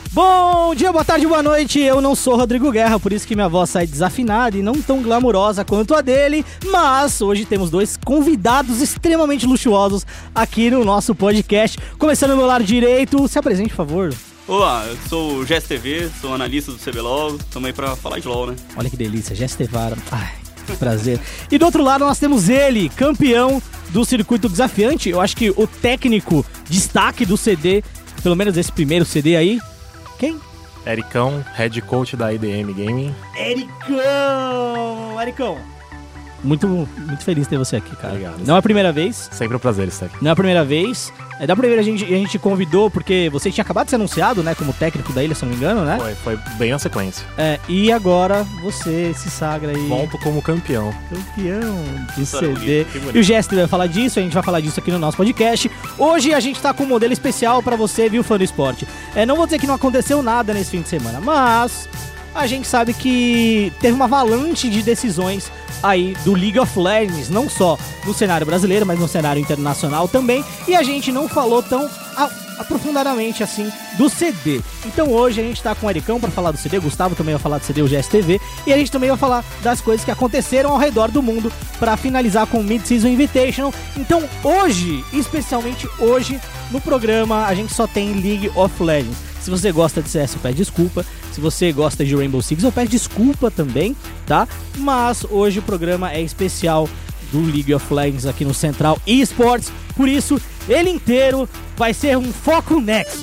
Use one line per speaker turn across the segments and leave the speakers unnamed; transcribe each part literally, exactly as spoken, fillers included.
Bom dia, boa tarde, boa noite, eu não sou Rodrigo Guerra, por isso que minha voz sai desafinada e não tão glamurosa quanto a dele, mas hoje temos dois convidados extremamente luxuosos aqui no nosso podcast. Começando do meu lado direito, se apresente, por favor.
Olá, eu sou o G S T V, sou analista do C B L O L, também pra falar de LoL, né?
Olha que delícia, G S T V, ai, que prazer. E do outro lado nós temos ele, campeão do circuito desafiante, eu acho que o técnico destaque do C D, pelo menos esse primeiro C D aí. Quem?
Ericão, head coach da I D M Gaming.
Ericão! Ericão! Muito, muito feliz de ter você aqui, cara.
Obrigado.
Não é a primeira vez.
Sempre um prazer estar aqui.
Não é a primeira vez. É da primeira a gente, a gente convidou, porque você tinha acabado de ser anunciado, né? Como técnico da ilha, se não me engano, né?
Foi, foi bem na sequência.
É, e agora você se sagra aí.
Volto como campeão.
Campeão de
Isso
C D.
bonito, bonito.
E o Geste vai falar disso, a gente vai falar disso aqui no nosso podcast. Hoje a gente tá com um modelo especial pra você, viu, fã do esporte. É, não vou dizer que não aconteceu nada nesse fim de semana, mas a gente sabe que teve uma avalanche de decisões aí do League of Legends, não só no cenário brasileiro, mas no cenário internacional também, e a gente não falou tão a, aprofundadamente assim do C D. Então hoje a gente tá com o Ericão pra falar do C D, o Gustavo também vai falar do C D, o G S T V, e a gente também vai falar das coisas que aconteceram ao redor do mundo pra finalizar com o Mid-Season Invitational. Então hoje, especialmente hoje, no programa a gente só tem League of Legends. Se você gosta de C S, eu peço desculpa. Se você gosta de Rainbow Six, eu peço desculpa também, tá? Mas hoje o programa é especial do League of Legends aqui no Central Esports. Por isso, ele inteiro vai ser um foco Nexus.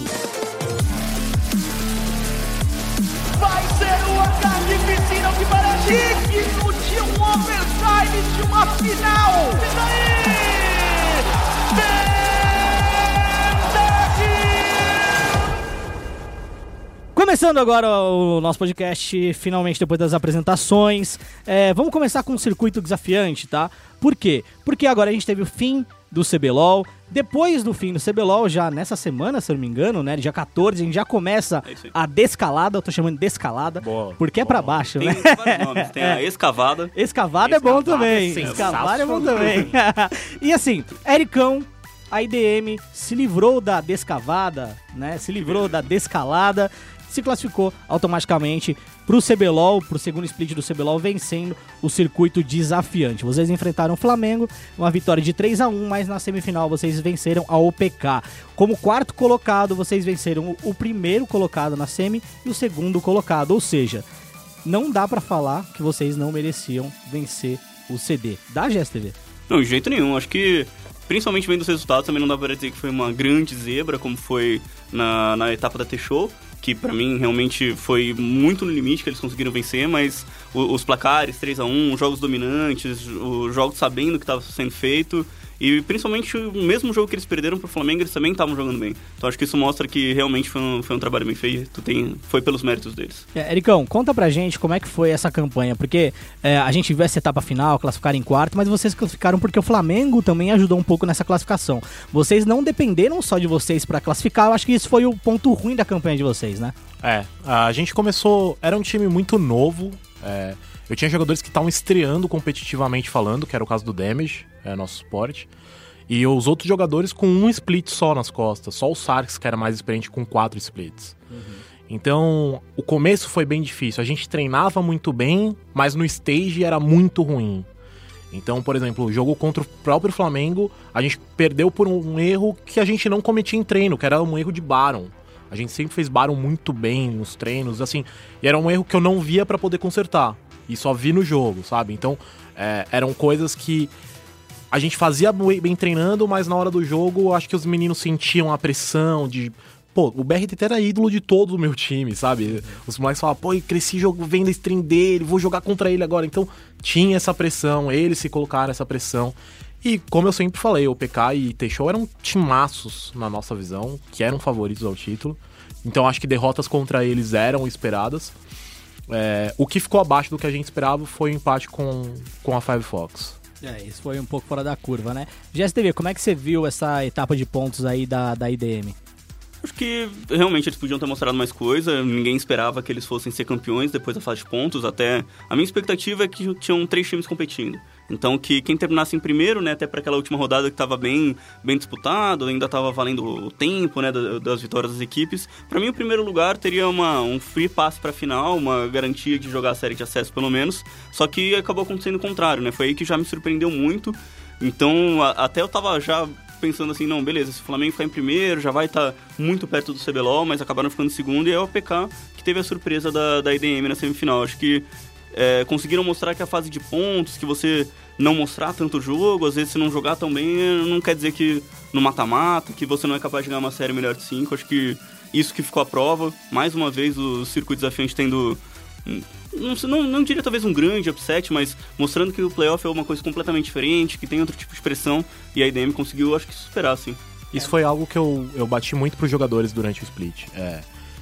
Vai ser uma carnificina que parece digno de um overtime de uma final. E daí?
Começando agora o nosso podcast, finalmente depois das apresentações, é, vamos começar com um circuito desafiante, tá? Por quê? Porque agora a gente teve o fim do C B L O L, depois do fim do C B L O L, já nessa semana, se eu não me engano, né, dia quatorze, a gente já começa
É isso aí.
a descalada, eu tô chamando de descalada,
Boa,
porque é pra baixo,
Tem
né?
vários nomes, tem a escavada.
Escavada é bom
Escavada
também,
é
escavada é bom também. E assim, Ericão, a I D M se livrou da descavada, né, se livrou da descalada, se classificou automaticamente pro C B L O L, pro segundo split do C B L O L, vencendo o circuito desafiante. Vocês enfrentaram o Flamengo, uma vitória de três a um, mas na semifinal vocês venceram a O P K. Como quarto colocado, vocês venceram o primeiro colocado na semi e o segundo colocado, ou seja, não dá pra falar que vocês não mereciam vencer o C D. Dá, G S T V?
Não, de jeito nenhum. Acho que, principalmente vendo os resultados, também não dá pra dizer que foi uma grande zebra, como foi na, na etapa da T-Show, que pra mim realmente foi muito no limite que eles conseguiram vencer, mas os, os placares três a um, os jogos dominantes, os jogos sabendo o que estava sendo feito, e principalmente o mesmo jogo que eles perderam pro Flamengo, eles também estavam jogando bem. Então acho que isso mostra que realmente foi um, foi um trabalho bem feito, tem, foi pelos méritos deles.
É, Ericão, conta pra gente como é que foi essa campanha, porque é, a gente viu essa etapa final, classificaram em quarto, mas vocês classificaram porque o Flamengo também ajudou um pouco nessa classificação. Vocês não dependeram só de vocês pra classificar, eu acho que isso foi o ponto ruim da campanha de vocês, né?
É, a gente começou, era um time muito novo, é, eu tinha jogadores que estavam estreando competitivamente falando, que era o caso do Damage, é, nosso suporte, e os outros jogadores com um split só nas costas, só o Sarks, que era mais experiente, com quatro splits. Uhum. Então, o começo foi bem difícil, a gente treinava muito bem, mas no stage era muito ruim. Então, por exemplo, o jogo contra o próprio Flamengo, a gente perdeu por um erro que a gente não cometia em treino, que era um erro de Baron. A gente sempre fez Baron muito bem nos treinos, assim, e era um erro que eu não via pra poder consertar, e só vi no jogo, sabe? Então, é, eram coisas que a gente fazia bem treinando, mas na hora do jogo, acho que os meninos sentiam a pressão de... Pô, o B R T T era ídolo de todo o meu time, sabe? Os moleques falavam, pô, eu cresci jogo, vendo a stream dele, vou jogar contra ele agora. Então, tinha essa pressão, eles se colocaram essa pressão. E, como eu sempre falei, o P K e T-Show eram timaços, na nossa visão, que eram favoritos ao título. Então, acho que derrotas contra eles eram esperadas. É, o que ficou abaixo do que a gente esperava foi o empate com, com a Five Fox.
É, isso foi um pouco fora da curva, né? G S T V, como é que você viu essa etapa de pontos aí da, da I D M?
Acho que realmente eles podiam ter mostrado mais coisa, ninguém esperava que eles fossem ser campeões depois da fase de pontos, até a minha expectativa é que tinham três times competindo. Então que quem terminasse em primeiro, né, até para aquela última rodada que estava bem, bem disputado, ainda estava valendo o tempo, né, das, das vitórias das equipes, para mim o primeiro lugar teria uma, um free pass para a final, uma garantia de jogar a série de acesso pelo menos, só que acabou acontecendo o contrário, né, foi aí que já me surpreendeu muito, então a, até eu tava já pensando assim, não, beleza, se o Flamengo ficar em primeiro, já vai estar tá muito perto do C B L O L, mas acabaram ficando em segundo, e é o A P K que teve a surpresa da, da I D M na semifinal. Acho que é, conseguiram mostrar que a fase de pontos, que você não mostrar tanto jogo, às vezes se não jogar tão bem, não quer dizer que no mata-mata, que você não é capaz de ganhar uma série melhor de cinco. Acho que isso que ficou à prova. Mais uma vez, o circuito desafiante tendo... Não, não, não diria talvez um grande upset, mas mostrando que o playoff é uma coisa completamente diferente, que tem outro tipo de pressão, e a I D M conseguiu, acho que, superar, assim.
Isso foi algo que eu, eu bati muito pros jogadores durante o split. É,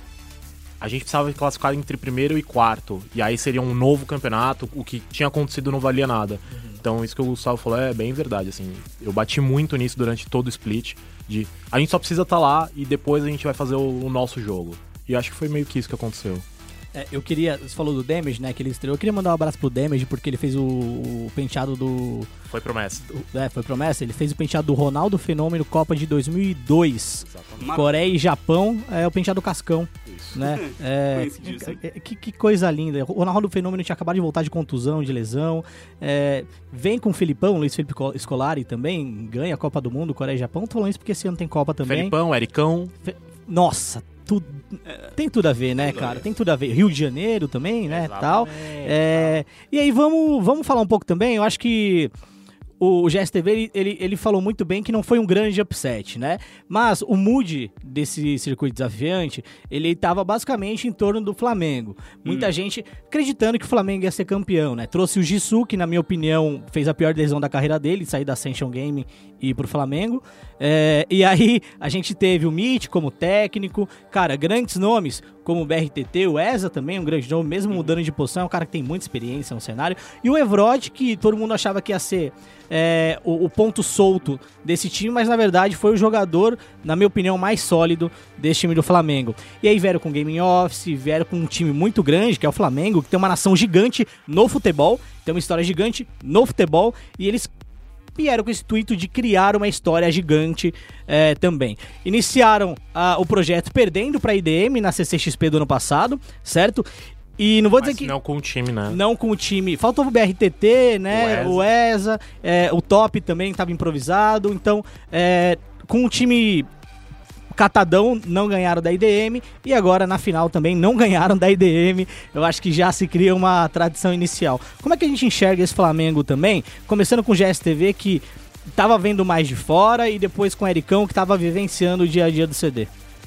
a gente precisava classificar entre primeiro e quarto, e aí seria um novo campeonato, o que tinha acontecido não valia nada. Uhum. Então isso que o Gustavo falou é bem verdade, assim. Eu bati muito nisso durante todo o split, de a gente só precisa estar lá e depois a gente vai fazer o, o nosso jogo. E acho que foi meio que isso que aconteceu.
É, eu queria, você falou do Damage, né, que ele estreou, eu queria mandar um abraço pro Damage, porque ele fez o, o penteado do...
Foi promessa.
Do, é, foi promessa, ele fez o penteado do Ronaldo Fenômeno Copa de dois mil e dois.
Exatamente.
Coreia e Japão, é o penteado Cascão.
Isso.
Né? É,
disso,
é, que, que coisa linda. O Ronaldo Fenômeno tinha acabado de voltar de contusão, de lesão. É, vem com o Filipão, Luiz Felipe Scolari também, ganha a Copa do Mundo, Coreia e Japão. Tô falando isso porque esse ano tem Copa também.
Felipão, Ericão.
Fe... Nossa, tudo, tem tudo a ver, né, cara? Tem tudo a ver. Rio de Janeiro também, né,
Exatamente,
tal. É, e aí, vamos, vamos falar um pouco também, eu acho que o G S T V, ele, ele, ele falou muito bem que não foi um grande upset, né? Mas o mood desse circuito desafiante, ele estava basicamente em torno do Flamengo. Muita hum. gente acreditando que o Flamengo ia ser campeão, né? Trouxe o Jisoo, que na minha opinião fez a pior decisão da carreira dele, sair da Ascension Game e ir pro Flamengo. É, e aí a gente teve o Mitch como técnico, cara, grandes nomes como o B R T T, o Eza também, um grande nome, mesmo mudando de posição, é um cara que tem muita experiência no cenário. E o Evrod, que todo mundo achava que ia ser é, o, o ponto solto desse time, mas na verdade foi o jogador, na minha opinião, mais sólido desse time do Flamengo. E aí vieram com Gaming Office, vieram com um time muito grande, que é o Flamengo, que tem uma nação gigante no futebol, tem uma história gigante no futebol, e eles vieram com esse intuito de criar uma história gigante é, também. Iniciaram ah, o projeto perdendo para a I D M na C C X P do ano passado, certo? E não vou
Mas
dizer que...
não com o time, né?
Não com o time. Faltou o B R T T, né? O ESA, é, o Top também estava improvisado. Então, é, com o time... catadão, não ganharam da I D M e agora na final também não ganharam da I D M. Eu acho que já se cria uma tradição inicial. Como é que a gente enxerga esse Flamengo também? Começando com o G S T V, que tava vendo mais de fora, e depois com o Ericão, que tava vivenciando o dia a dia do C D.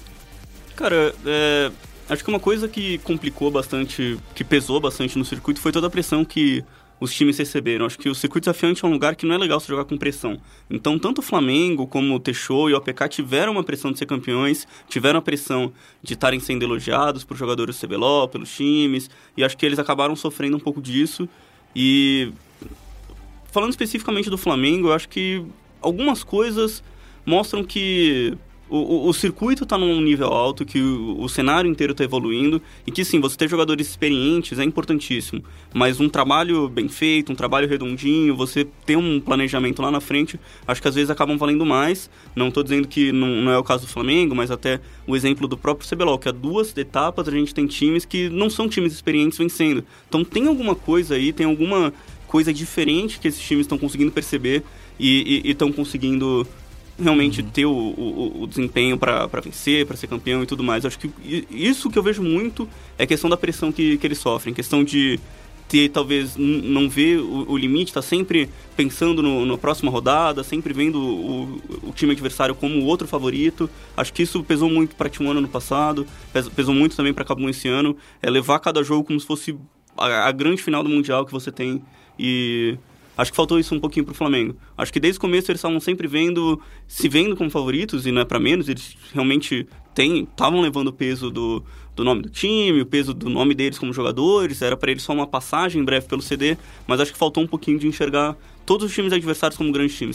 Cara, é, acho que uma coisa que complicou bastante, que pesou bastante no circuito, foi toda a pressão que os times receberam. Acho que o circuito desafiante é um lugar que não é legal se jogar com pressão. Então, tanto o Flamengo como o T-Show e o A P K tiveram uma pressão de ser campeões, tiveram a pressão de estarem sendo elogiados por jogadores do C B L O L, pelos times, e acho que eles acabaram sofrendo um pouco disso. E falando especificamente do Flamengo, eu acho que algumas coisas mostram que O, o, o circuito está num nível alto, que o, o cenário inteiro está evoluindo, e que sim, você ter jogadores experientes é importantíssimo, mas um trabalho bem feito, um trabalho redondinho, você ter um planejamento lá na frente, acho que às vezes acabam valendo mais. Não estou dizendo que não, não é o caso do Flamengo, mas até o exemplo do próprio C B L O L, que há duas etapas a gente tem times que não são times experientes vencendo. Então tem alguma coisa aí, tem alguma coisa diferente que esses times estão conseguindo perceber e estão conseguindo realmente uhum. ter o, o, o desempenho para vencer, para ser campeão e tudo mais. Acho que isso que eu vejo muito é a questão da pressão que, que eles sofrem, questão de ter, talvez, n- não ver o, o limite, tá sempre pensando no, na próxima rodada, sempre vendo o, o time adversário como o outro favorito. Acho que isso pesou muito para T um ano no passado, pes, pesou muito também para Kabum esse ano, é levar cada jogo como se fosse a, a grande final do Mundial que você tem. E acho que faltou isso um pouquinho pro Flamengo. Acho que desde o começo eles estavam sempre vendo, se vendo como favoritos, e não é pra menos, eles realmente estavam levando o peso do, do nome do time, o peso do nome deles como jogadores, era pra eles só uma passagem em breve pelo C D, mas acho que faltou um pouquinho de enxergar todos os times adversários como grandes times também.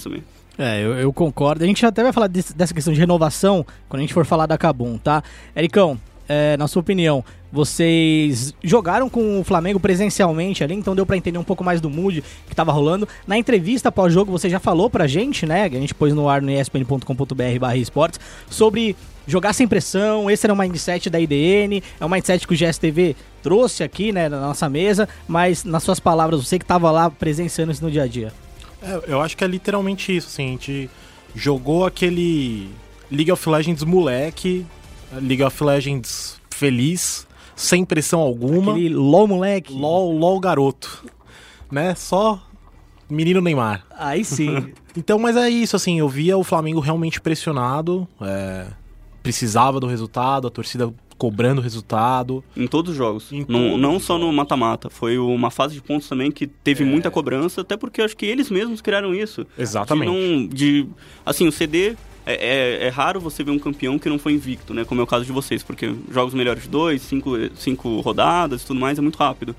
É, eu, eu concordo. A gente até vai falar desse, dessa questão de renovação quando a gente for falar da Kabum, tá? Ericão, é, na sua opinião, vocês jogaram com o Flamengo presencialmente ali, então deu pra entender um pouco mais do mood que tava rolando. Na entrevista pós-jogo, você já falou pra gente, né? Que a gente pôs no ar no e s p n ponto com ponto b r barra esportes, sobre jogar sem pressão. Esse era o mindset da I D N, é um mindset que o G S T V trouxe aqui, né, na nossa mesa, mas nas suas palavras, você que tava lá presenciando isso no dia a dia.
É, eu acho que é literalmente isso, assim, a gente jogou aquele League of Legends moleque, League of Legends feliz, sem pressão alguma.
Aquele LOL moleque.
LOL, LOL garoto, né, só menino Neymar.
Aí sim.
Então, mas é isso, assim, eu via o Flamengo realmente pressionado, é, precisava do resultado, a torcida cobrando resultado.
Em todos os jogos.
Em
não
todos
não
os
só
jogos.
no mata-mata. Foi uma fase de pontos também que teve
É.
muita cobrança, até porque acho que eles mesmos criaram isso.
Exatamente.
De não, de, assim, o C D... É, é, é raro você ver um campeão que não foi invicto, né? Como é o caso de vocês, porque jogos melhores de dois, cinco, cinco rodadas e tudo mais é muito rápido.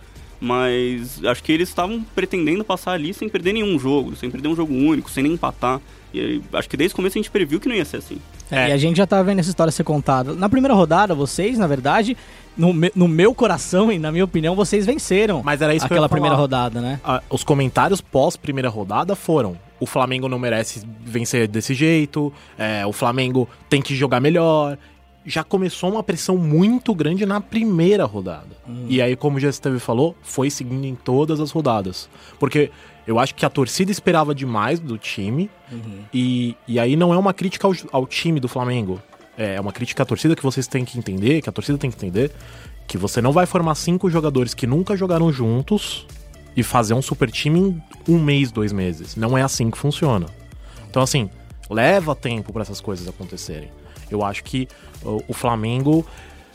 Mas acho que eles estavam pretendendo passar ali sem perder nenhum jogo, sem perder um jogo único, sem nem empatar. E aí, acho que desde o começo a gente previu que não ia ser assim.
É,
É.
E a gente já tá vendo essa história ser contada. Na primeira rodada, vocês, na verdade, no, me, no meu coração e na minha opinião, vocês venceram
Mas era isso que eu
aquela
ia falar.
primeira rodada, né?
Ah, os comentários pós primeira rodada foram: o Flamengo não merece vencer desse jeito, é, o Flamengo tem que jogar melhor. Já começou uma pressão muito grande na primeira rodada.
Hum.
E aí, como o G S T V falou, foi seguindo em todas as rodadas. Porque eu acho que a torcida esperava demais do time.
Uhum.
E, e aí não é uma crítica ao, ao time do Flamengo. É uma crítica à torcida que vocês têm que entender, que a torcida tem que entender, que você não vai formar cinco jogadores que nunca jogaram juntos e fazer um super time em um mês, dois meses. Não é assim que funciona. Então, assim, leva tempo para essas coisas acontecerem. Eu acho que o, o Flamengo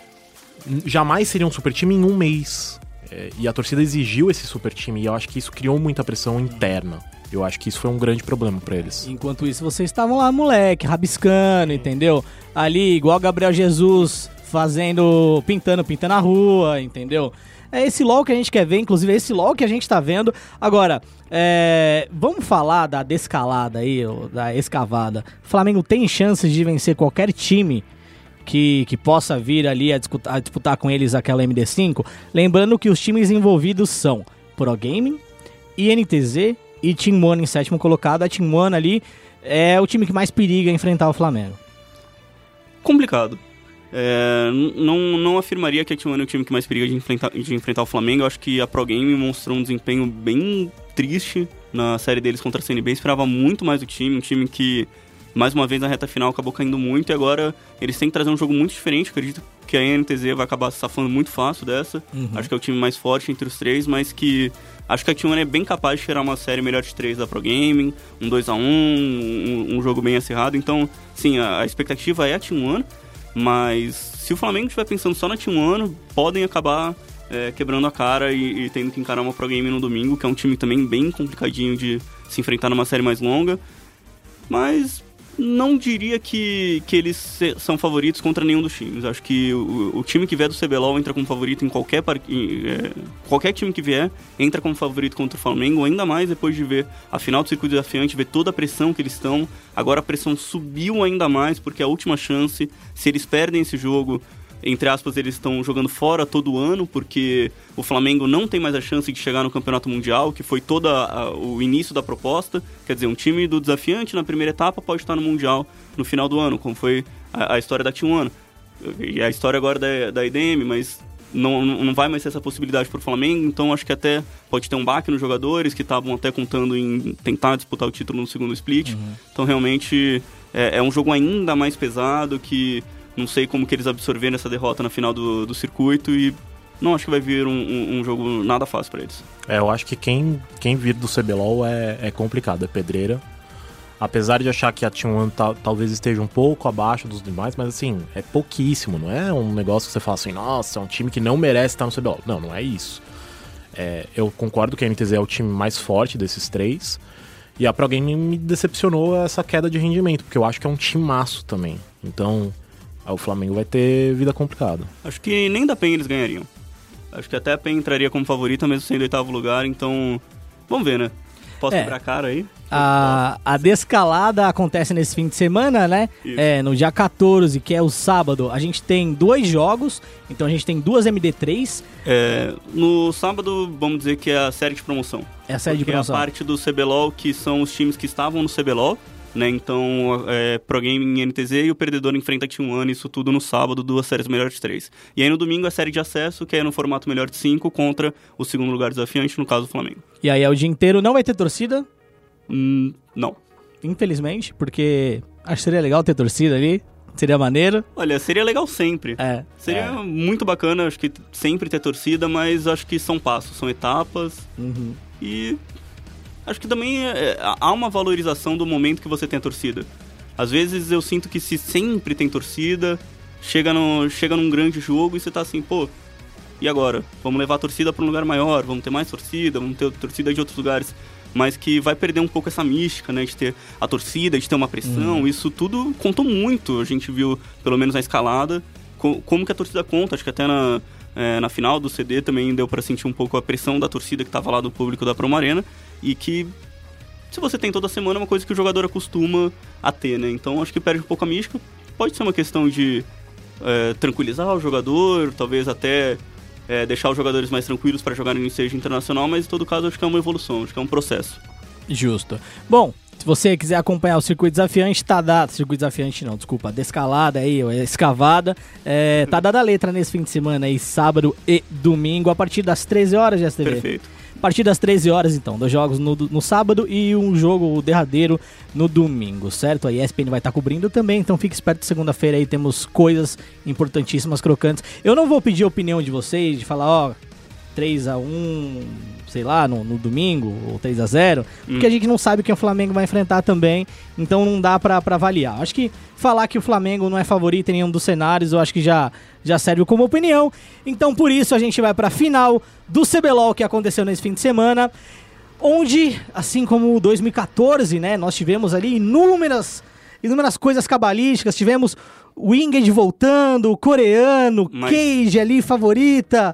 jamais seria um super time em um mês. É, e a torcida exigiu esse super time, e eu acho que isso criou muita pressão interna. Eu acho que isso foi um grande problema pra eles.
Enquanto isso, vocês estavam lá, moleque, rabiscando, entendeu? Ali, igual Gabriel Jesus, fazendo, pintando, pintando a rua, entendeu? É esse LOL que a gente quer ver, inclusive é esse LOL que a gente tá vendo. Agora, é, vamos falar da descalada aí, ou da escavada. O Flamengo tem chances de vencer qualquer time que, que possa vir ali a disputar, a disputar com eles aquela M D cinco. Lembrando que os times envolvidos são Pro Gaming, I N T Z e Team One em sétimo colocado. A Team One ali é o time que mais periga enfrentar o Flamengo.
Complicado. É, n- não, não afirmaria que a Team One é o time que mais periga de enfrentar, de enfrentar o Flamengo. Eu acho que a Pro Game mostrou um desempenho bem triste na série deles contra a C N B. Esperava muito mais do time, um time que, mais uma vez, na reta final acabou caindo muito. E agora eles têm que trazer um jogo muito diferente. Acredito que a N T Z vai acabar se safando muito fácil dessa.
Uhum.
Acho que é o time mais forte entre os três, mas que acho que a Team One é bem capaz de tirar uma série melhor de três da Pro Gaming, um dois a um, um, um jogo bem acirrado. Então, sim, a, a expectativa é a Team One. Mas se o Flamengo estiver pensando só na Team One, podem acabar é, quebrando a cara e, e tendo que encarar uma Pro Game no domingo, que é um time também bem complicadinho de se enfrentar numa série mais longa. Mas não diria que, que eles se, são favoritos contra nenhum dos times. Acho que o, o time que vier do C B L O L entra como favorito em qualquer, par, em, é, qualquer time que vier, entra como favorito contra o Flamengo, ainda mais depois de ver a final do circuito desafiante, ver toda a pressão que eles estão. Agora a pressão subiu ainda mais, porque é a última chance. Se eles perdem esse jogo, entre aspas, eles estão jogando fora todo ano, porque o Flamengo não tem mais a chance de chegar no Campeonato Mundial, que foi todo a, o início da proposta. Quer dizer, um time do desafiante na primeira etapa pode estar no Mundial no final do ano, como foi a, a história da Team One. E a história agora da, da I D M, mas não, não vai mais ter essa possibilidade para o Flamengo, então acho que até pode ter um baque nos jogadores que estavam até contando em tentar disputar o título no segundo split. Uhum. Então realmente é, é um jogo ainda mais pesado, que não sei como que eles absorveram essa derrota na final do, do circuito, e não acho que vai vir um, um, um jogo nada fácil para eles.
É, eu acho que quem, quem vir do C B L O L é, é complicado, é pedreira. Apesar de achar que a Team One ta, talvez esteja um pouco abaixo dos demais, mas assim, é pouquíssimo, não é um negócio que você fala assim, nossa, é um time que não merece estar no C B L O L. Não, não é isso. É, eu concordo que a N T Z é o time mais forte desses três, e a Pro Game me decepcionou essa queda de rendimento, porque eu acho que é um timaço também. Então, o Flamengo vai ter vida complicada.
Acho que nem da PEN eles ganhariam. Acho que até a PEN entraria como favorita, mesmo sendo oitavo lugar, então vamos ver, né? Posso
É.
quebrar a cara aí?
A, a descalada acontece nesse fim de semana, né?
Isso.
É, no dia quatorze, que é o sábado, a gente tem dois jogos. Então a gente tem duas M D três.
É, no sábado, vamos dizer que é a série de promoção.
É a série de
Porque
promoção.
é a parte do C B L O L, que são os times que estavam no C B L O L, né? Então, é, Pro Gaming e N T Z, e o perdedor enfrenta a T um One, isso tudo no sábado, duas séries melhor de três. E aí no domingo a série de acesso, que é no formato melhor de cinco, contra o segundo lugar desafiante, no caso do Flamengo.
E aí é o dia inteiro, não vai ter torcida,
Hum, não.
infelizmente, porque acho que seria legal ter torcida ali, seria maneiro.
Olha, seria legal sempre.
É.
Seria
É.
muito bacana, acho que sempre ter torcida, mas acho que são passos, são etapas.
Uhum.
E acho que também é, há uma valorização do momento que você tem a torcida. Às vezes eu sinto que se sempre tem torcida, chega, no, chega num grande jogo e você tá assim, pô, e agora? Vamos levar a torcida para um lugar maior, vamos ter mais torcida, vamos ter torcida de outros lugares. Mas que vai perder um pouco essa mística, né? De ter a torcida, de ter uma pressão.
Uhum.
Isso tudo contou muito. A gente viu, pelo menos na escalada, co- como que a torcida conta. Acho que até na, é, na final do C D também deu pra sentir um pouco a pressão da torcida que tava lá do público da Promo Arena. E que, se você tem toda semana, é uma coisa que o jogador acostuma a ter, né? Então acho que perde um pouco a mística. Pode ser uma questão de é, tranquilizar o jogador, talvez até... É, deixar os jogadores mais tranquilos para jogarem no stage internacional, mas em todo caso acho que é uma evolução, acho que é um processo.
Justo. Bom, se você quiser acompanhar o circuito desafiante, tá dado. Circuito desafiante não, desculpa. Descalada aí, a escavada. É, tá dada a letra nesse fim de semana aí, sábado e domingo, a partir das treze horas de S T V.
Perfeito.
A partir das treze horas, então, dois jogos no, no sábado e um jogo o derradeiro no domingo, certo? A E S P N vai estar cobrindo também, então fique esperto, segunda-feira aí temos coisas importantíssimas, crocantes. Eu não vou pedir a opinião de vocês, de falar, ó, três a um, sei lá, no, no domingo, ou três a zero, porque
Hum.
a gente não sabe quem o Flamengo vai enfrentar também, então não dá pra, pra avaliar. Acho que falar que o Flamengo não é favorito em nenhum dos cenários, eu acho que já, já serve como opinião. Então, por isso, a gente vai pra final do C B L O L que aconteceu nesse fim de semana, onde, assim como o dois mil e catorze, né, nós tivemos ali inúmeras, inúmeras coisas cabalísticas, tivemos o Winged voltando, o coreano,
Mas-
Cage ali, favorita,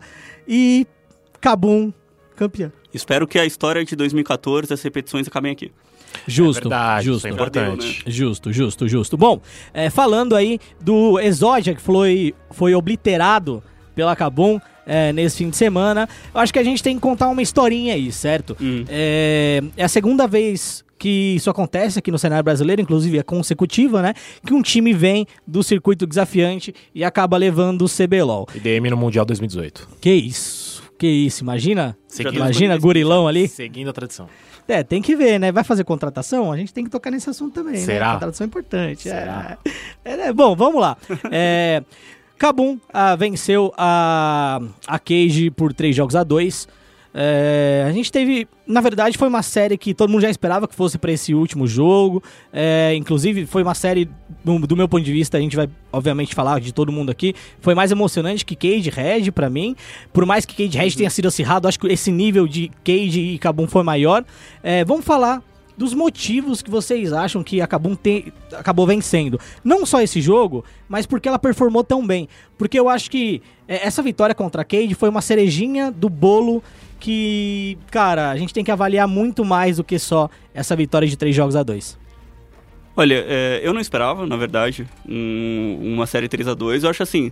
e Kabum, campeão.
Espero que a história de dois mil e catorze, as repetições acabem aqui.
Justo,
É verdade,
justo.
isso é
Já deu,
importante.
Justo, justo, justo. Bom, é, falando aí do Exodia, que foi, foi obliterado pela Kabum é, nesse fim de semana, eu acho que a gente tem que contar uma historinha aí, certo?
Hum.
É, é a segunda vez que isso acontece aqui no cenário brasileiro, inclusive é consecutiva, né? Que um time vem do circuito desafiante e acaba levando o C B L O L.
I D M no Mundial dois mil e dezoito.
Que isso, que isso, imagina?
Seguindo-
Imagina, gurilão ali.
Seguindo a tradição.
É, tem que ver, né? Vai fazer contratação? A gente tem que tocar nesse assunto também,
Será?
né? Contratação é importante.
Será?
É. É, bom, vamos lá. É, Kabum ah, venceu a, a Cage por três jogos a dois. É, a gente teve... Na verdade, foi uma série que todo mundo já esperava que fosse para esse último jogo. É, inclusive, foi uma série, do, do meu ponto de vista, a gente vai, obviamente, falar de todo mundo aqui. Foi mais emocionante que Cage Red pra mim. Por mais que Cage Red tenha sido acirrado, acho que esse nível de Cage e Kabum foi maior. É, vamos falar dos motivos que vocês acham que a Kabum te, acabou vencendo. Não só esse jogo, mas porque ela performou tão bem. Porque eu acho que é, essa vitória contra a Cage foi uma cerejinha do bolo que, cara, a gente tem que avaliar muito mais do que só essa vitória de três jogos a dois.
Olha, é, eu não esperava, na verdade, um- uma série três a dois. Eu acho assim,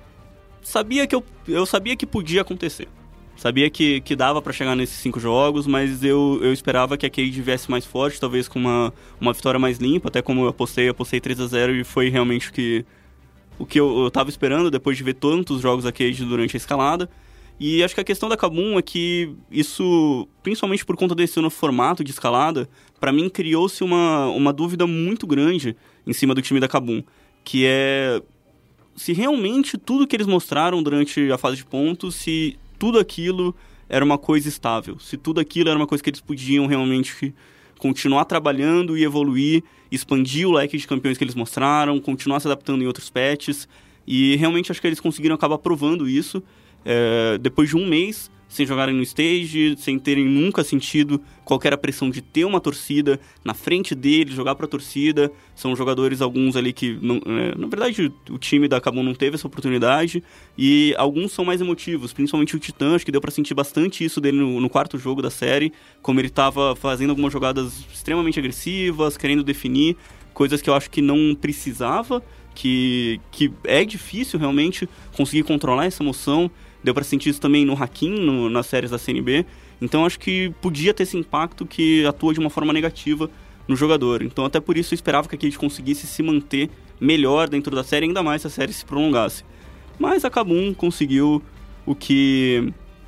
sabia que eu, eu sabia que podia acontecer. Sabia que, que dava pra chegar nesses cinco jogos, mas eu, eu esperava que a Cage viesse mais forte, talvez com uma, uma vitória mais limpa, até como eu apostei, eu apostei três a zero e foi realmente o que, o que eu, eu tava esperando depois de ver tantos jogos da Cage durante a escalada. E acho que a questão da Kabum é que isso, principalmente por conta desse novo formato de escalada, pra mim criou-se uma, uma dúvida muito grande em cima do time da Kabum, que é se realmente tudo que eles mostraram durante a fase de pontos, se tudo aquilo era uma coisa estável, se tudo aquilo era uma coisa que eles podiam realmente continuar trabalhando e evoluir, expandir o leque de campeões que eles mostraram, continuar se adaptando em outros patches, e realmente acho que eles conseguiram acabar provando isso. É, depois de um mês sem jogarem no stage, sem terem nunca sentido qualquer pressão de ter uma torcida na frente deles, jogar pra torcida. São jogadores, alguns ali que, não, é, na verdade, o time da Kabum não teve essa oportunidade, e alguns são mais emotivos, principalmente o Titã, acho que deu pra sentir bastante isso dele no, no quarto jogo da série, como ele tava fazendo algumas jogadas extremamente agressivas, querendo definir, coisas que eu acho que não precisava, que, que é difícil realmente conseguir controlar essa emoção. Deu pra sentir isso também no Hakim, no, nas séries da C N B. Então acho que podia ter esse impacto que atua de uma forma negativa no jogador. Então até por isso eu esperava que a Cade conseguisse se manter melhor dentro da série, ainda mais se a série se prolongasse. Mas a Kabum conseguiu o que...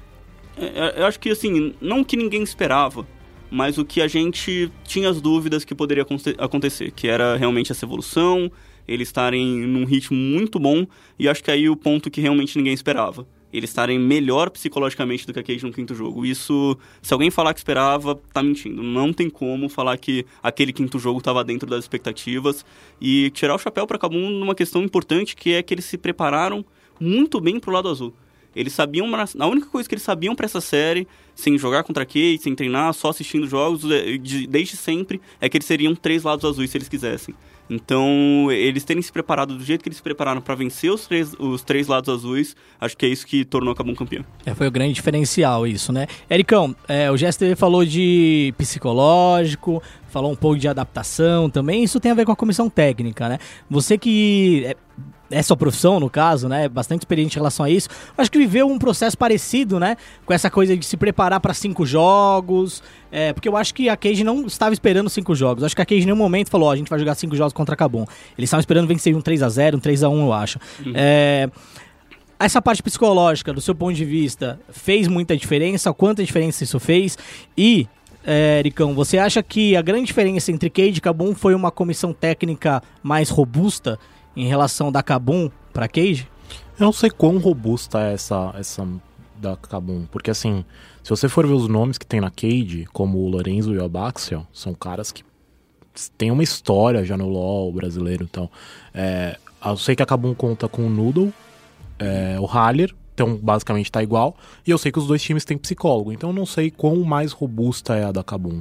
Eu acho que assim, não o que ninguém esperava, mas o que a gente tinha as dúvidas que poderia acontecer, que era realmente essa evolução, eles estarem num ritmo muito bom, e acho que aí o ponto que realmente ninguém esperava. Eles estarem melhor psicologicamente do que a Cade no quinto jogo. Isso, se alguém falar que esperava, tá mentindo. Não tem como falar que aquele quinto jogo estava dentro das expectativas. E tirar o chapéu para Kabum numa questão importante, que é que eles se prepararam muito bem pro lado azul. Eles sabiam, a única coisa que eles sabiam para essa série, sem jogar contra a Cade, sem treinar, só assistindo jogos, desde sempre, é que eles seriam três lados azuis se eles quisessem. Então, eles terem se preparado do jeito que eles se prepararam para vencer os três, os três lados azuis, acho que é isso que tornou a Kabum campeão.
É, foi o grande diferencial isso, né? Ericão, é, o G S T V falou de psicológico, falou um pouco de adaptação também, isso tem a ver com a comissão técnica, né? Você que... É... é sua profissão, no caso, né, bastante experiente em relação a isso, acho que viveu um processo parecido, né, com essa coisa de se preparar para cinco jogos, é, porque eu acho que a Cade não estava esperando cinco jogos, acho que a Cade em nenhum momento falou, ó, a gente vai jogar cinco jogos contra a Kabum, eles estavam esperando vencer um três a zero, um três a um, eu acho. Uhum. É, essa parte psicológica, do seu ponto de vista, fez muita diferença? Quanta diferença isso fez? E... É, Ericão, você acha que a grande diferença entre Cade e Kabum foi uma comissão técnica mais robusta em relação da Kabum pra Cade?
Eu não sei quão robusta é essa, essa da Kabum, porque assim, se você for ver os nomes que tem na Cade, como o Lorenzo e o Abaxial, são caras que têm uma história já no LoL brasileiro, então, é, eu sei que a Kabum conta com o Noodle, é, o Haller, então basicamente tá igual, e eu sei que os dois times têm psicólogo, então eu não sei quão mais robusta é a da Kabum.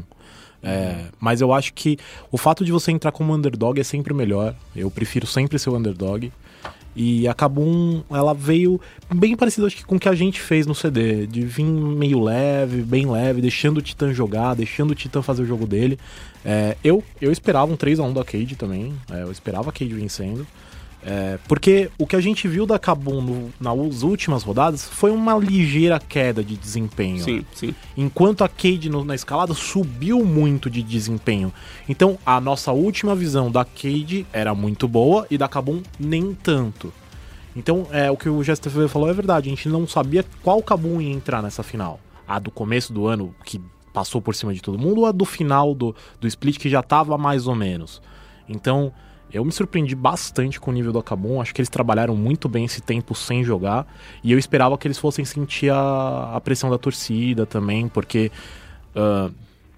É, mas eu acho que o fato de você entrar como underdog é sempre melhor. Eu prefiro sempre ser o underdog. E a Kabum, ela veio bem parecida, acho que, com o que a gente fez no C D, de vir meio leve, bem leve, deixando o Titã jogar, deixando o Titã fazer o jogo dele. É, eu, eu esperava um três a um da Cade também, é, eu esperava a Cade vencendo. É, porque o que a gente viu da Kabum no, nas últimas rodadas foi uma ligeira queda de desempenho.
Sim, sim.
Enquanto a Cade no, na escalada subiu muito de desempenho. Então a nossa última visão da Cade era muito boa e da Kabum nem tanto. Então é, o que o G S T V falou é verdade, a gente não sabia qual Kabum ia entrar nessa final. A do começo do ano, que passou por cima de todo mundo, ou a do final do, do split, que já estava mais ou menos. Então... eu me surpreendi bastante com o nível do Kabum, acho que eles trabalharam muito bem esse tempo sem jogar, e eu esperava que eles fossem sentir a, a pressão da torcida também, porque uh,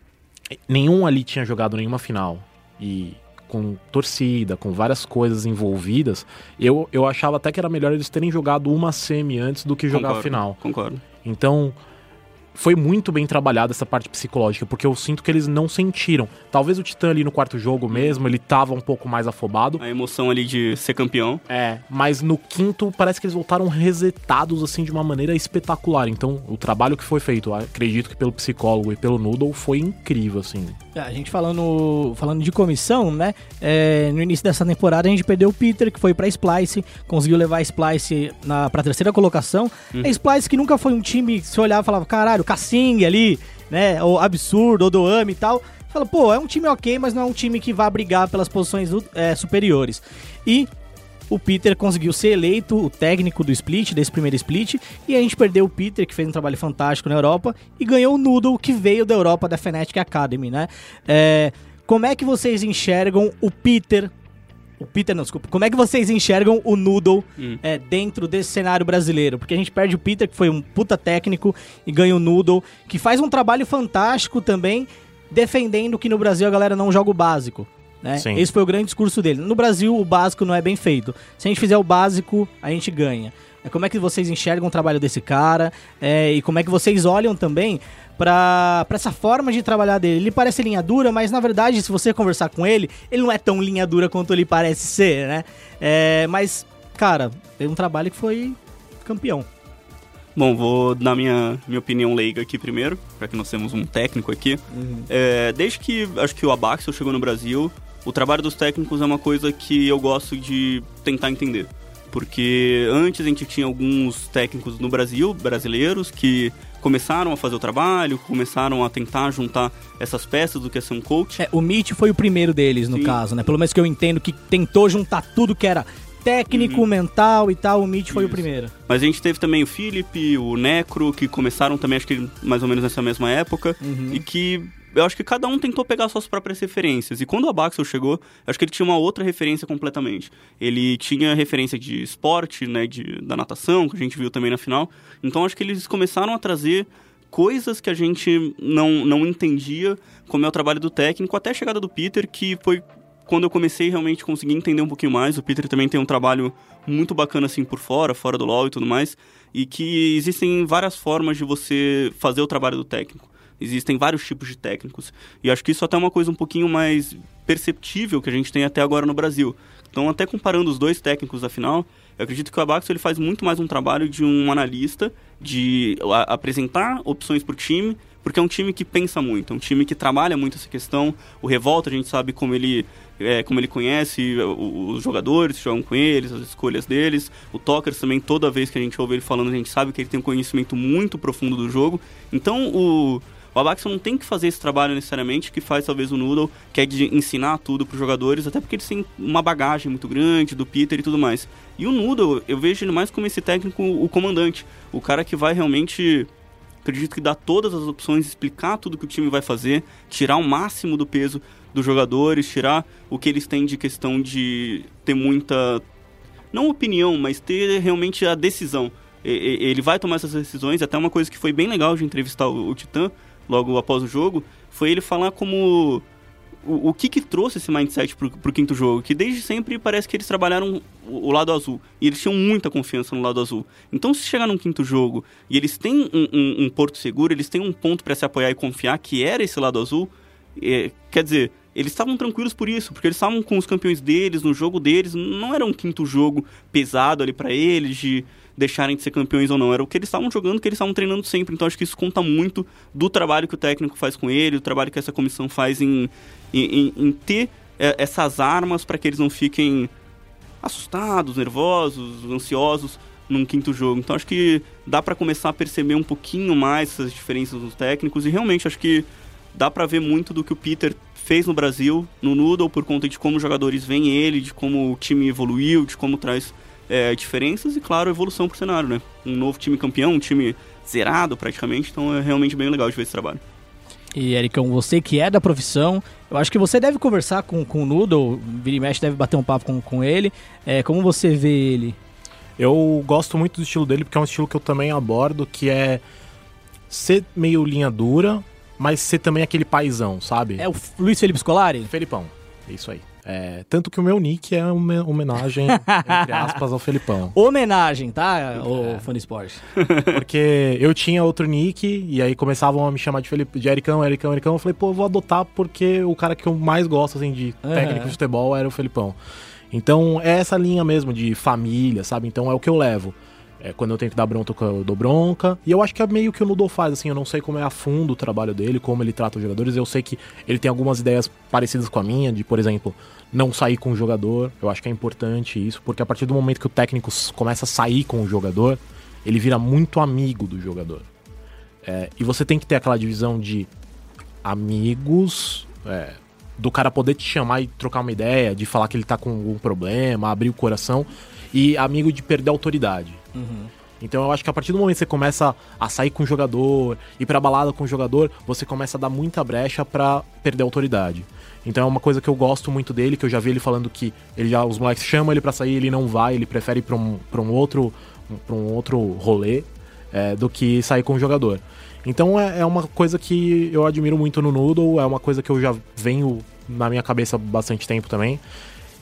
nenhum ali tinha jogado nenhuma final, e com torcida, com várias coisas envolvidas, eu, eu achava até que era melhor eles terem jogado uma semi antes do que jogar
concordo,
a final.
Concordo.
Então... foi muito bem trabalhada essa parte psicológica, porque eu sinto que eles não sentiram. Talvez o Titã ali no quarto jogo mesmo, ele tava um pouco mais afobado.
A emoção ali de ser campeão.
É, mas no quinto parece que eles voltaram resetados, assim, de uma maneira espetacular. Então, o trabalho que foi feito, acredito que pelo psicólogo e pelo Noodle, foi incrível, assim.
A gente falando, falando de comissão, né? É, no início dessa temporada a gente perdeu o Peter, que foi pra Splice, conseguiu levar a Splice na, pra terceira colocação. Uhum. A Splice que nunca foi um time que se olhava e falava, caralho, Cassing ali, né? Ou Absurdo, ou Doami e tal. Fala, pô, é um time ok, mas não é um time que vai brigar pelas posições é, superiores. E o Peter conseguiu ser eleito o técnico do split, desse primeiro split, e a gente perdeu o Peter, que fez um trabalho fantástico na Europa, e ganhou o Noodle, que veio da Europa, da Fnatic Academy, né? É, como é que vocês enxergam o Peter... O Peter, não, desculpa. Como é que vocês enxergam o Noodle hum. é, dentro desse cenário brasileiro? Porque a gente perde o Peter, que foi um puta técnico, e ganha o Noodle, que faz um trabalho fantástico também, defendendo que no Brasil a galera não joga o básico. Né? Esse foi o grande discurso dele. No Brasil, o básico não é bem feito. Se a gente fizer o básico, a gente ganha. É, como é que vocês enxergam o trabalho desse cara? É, e como é que vocês olham também pra, pra essa forma de trabalhar dele? Ele parece linha dura, mas na verdade, se você conversar com ele, ele não é tão linha dura quanto ele parece ser, né? É, mas, cara, é um trabalho que foi campeão.
Bom, vou dar minha, minha opinião leiga aqui primeiro, já que nós temos um técnico aqui. Uhum. É, desde que acho que o Abaxel chegou no Brasil, o trabalho dos técnicos é uma coisa que eu gosto de tentar entender. Porque antes a gente tinha alguns técnicos no Brasil, brasileiros, que começaram a fazer o trabalho, começaram a tentar juntar essas peças do que é ser um coach.
É, o Mitch foi o primeiro deles, no Sim. caso, né? Pelo menos que eu entendo, que tentou juntar tudo que era técnico, uhum. mental e tal, o Mitch foi Isso. o primeiro.
Mas a gente teve também o Felipe, o Necro, que começaram também, acho que mais ou menos nessa mesma época, uhum. e que eu acho que cada um tentou pegar suas próprias referências. E quando o Abaxel chegou, acho que ele tinha uma outra referência completamente. Ele tinha referência de esporte, né, de, da natação, que a gente viu também na final. Então acho que eles começaram a trazer coisas que a gente não, não entendia, como é o trabalho do técnico, até a chegada do Peter, que foi quando eu comecei realmente a conseguir entender um pouquinho mais. O Peter também tem um trabalho muito bacana assim por fora, fora do LoL e tudo mais, e que existem várias formas de você fazer o trabalho do técnico. Existem vários tipos de técnicos. E acho que isso até é uma coisa um pouquinho mais perceptível que a gente tem até agora no Brasil. Então, até comparando os dois técnicos, afinal, eu acredito que o Abaxel ele faz muito mais um trabalho de um analista, de a, apresentar opções para o time, porque é um time que pensa muito, é um time que trabalha muito essa questão. O Revolta, a gente sabe como ele, é, como ele conhece os jogadores, jogam com eles, as escolhas deles. O Tokers também, toda vez que a gente ouve ele falando, a gente sabe que ele tem um conhecimento muito profundo do jogo. Então, o... O Abaxel não tem que fazer esse trabalho necessariamente que faz talvez o Noodle, que é de ensinar tudo para os jogadores, até porque eles têm uma bagagem muito grande do Peter e tudo mais. E o Noodle, eu vejo ele mais como esse técnico, o comandante, o cara que vai realmente, acredito que dar todas as opções, explicar tudo que o time vai fazer, tirar o máximo do peso dos jogadores, tirar o que eles têm de questão de ter muita, não opinião, mas ter realmente a decisão. Ele vai tomar essas decisões, até uma coisa que foi bem legal de entrevistar o Titã, logo após o jogo, foi ele falar como o, o que que trouxe esse mindset pro, pro quinto jogo, que desde sempre parece que eles trabalharam o, o lado azul, e eles tinham muita confiança no lado azul. Então, se chegar num quinto jogo e eles têm um, um, um porto seguro, eles têm um ponto para se apoiar e confiar, que era esse lado azul, é, quer dizer, eles estavam tranquilos por isso, porque eles estavam com os campeões deles, no jogo deles, não era um quinto jogo pesado ali para eles, de deixarem de ser campeões ou não, era o que eles estavam jogando, que eles estavam treinando sempre. Então acho que isso conta muito do trabalho que o técnico faz com ele, do trabalho que essa comissão faz em, em, em ter é, essas armas para que eles não fiquem assustados, nervosos, ansiosos num quinto jogo. Então acho que dá para começar a perceber um pouquinho mais essas diferenças dos técnicos, e realmente acho que dá para ver muito do que o Peter fez no Brasil, no Noodle, por conta de como os jogadores veem ele, de como o time evoluiu, de como traz É, diferenças e, claro, evolução pro cenário, né? Um novo time campeão, um time zerado praticamente, então é realmente bem legal de ver esse trabalho.
E, Ericão, você que é da profissão, eu acho que você deve conversar com, com o Noodle, vira e mexe, deve bater um papo com, com ele. É, como você vê ele?
Eu gosto muito do estilo dele, porque é um estilo que eu também abordo, que é ser meio linha dura, mas ser também aquele paizão, sabe?
É o Luiz Felipe Scolari?
Felipão, é isso aí. É, tanto que o meu nick é uma homenagem, entre aspas, ao Felipão.
Homenagem, tá, o é. Fã de esporte?
Porque eu tinha outro nick, e aí começavam a me chamar de, Felipe, de Ericão, Ericão, Ericão. Eu falei, pô, eu vou adotar porque o cara que eu mais gosto, assim, de técnico de futebol era o Felipão. Então, é essa linha mesmo de família, sabe? Então, é o que eu levo. É, quando eu tenho que dar bronca, eu dou bronca. E eu acho que é meio que o Noodle faz, assim. Eu não sei como é a fundo o trabalho dele, como ele trata os jogadores. Eu sei que ele tem algumas ideias parecidas com a minha, de, por exemplo, não sair com o jogador. Eu acho que é importante isso, porque a partir do momento que o técnico começa a sair com o jogador, ele vira muito amigo do jogador. É, e você tem que ter aquela divisão de amigos, é, do cara poder te chamar e trocar uma ideia, de falar que ele tá com algum problema, abrir o coração, e amigo de perder a autoridade. Uhum. Então eu acho que a partir do momento que você começa a sair com o jogador, ir pra balada com o jogador, você começa a dar muita brecha pra perder a autoridade. Então é uma coisa que eu gosto muito dele, que eu já vi ele falando que ele já, os moleques chamam ele pra sair, ele não vai, ele prefere ir pra um, pra um, outro, pra um outro rolê é, do que sair com o jogador. Então é, é uma coisa que eu admiro muito no Noodle, é uma coisa que eu já venho na minha cabeça há bastante tempo também.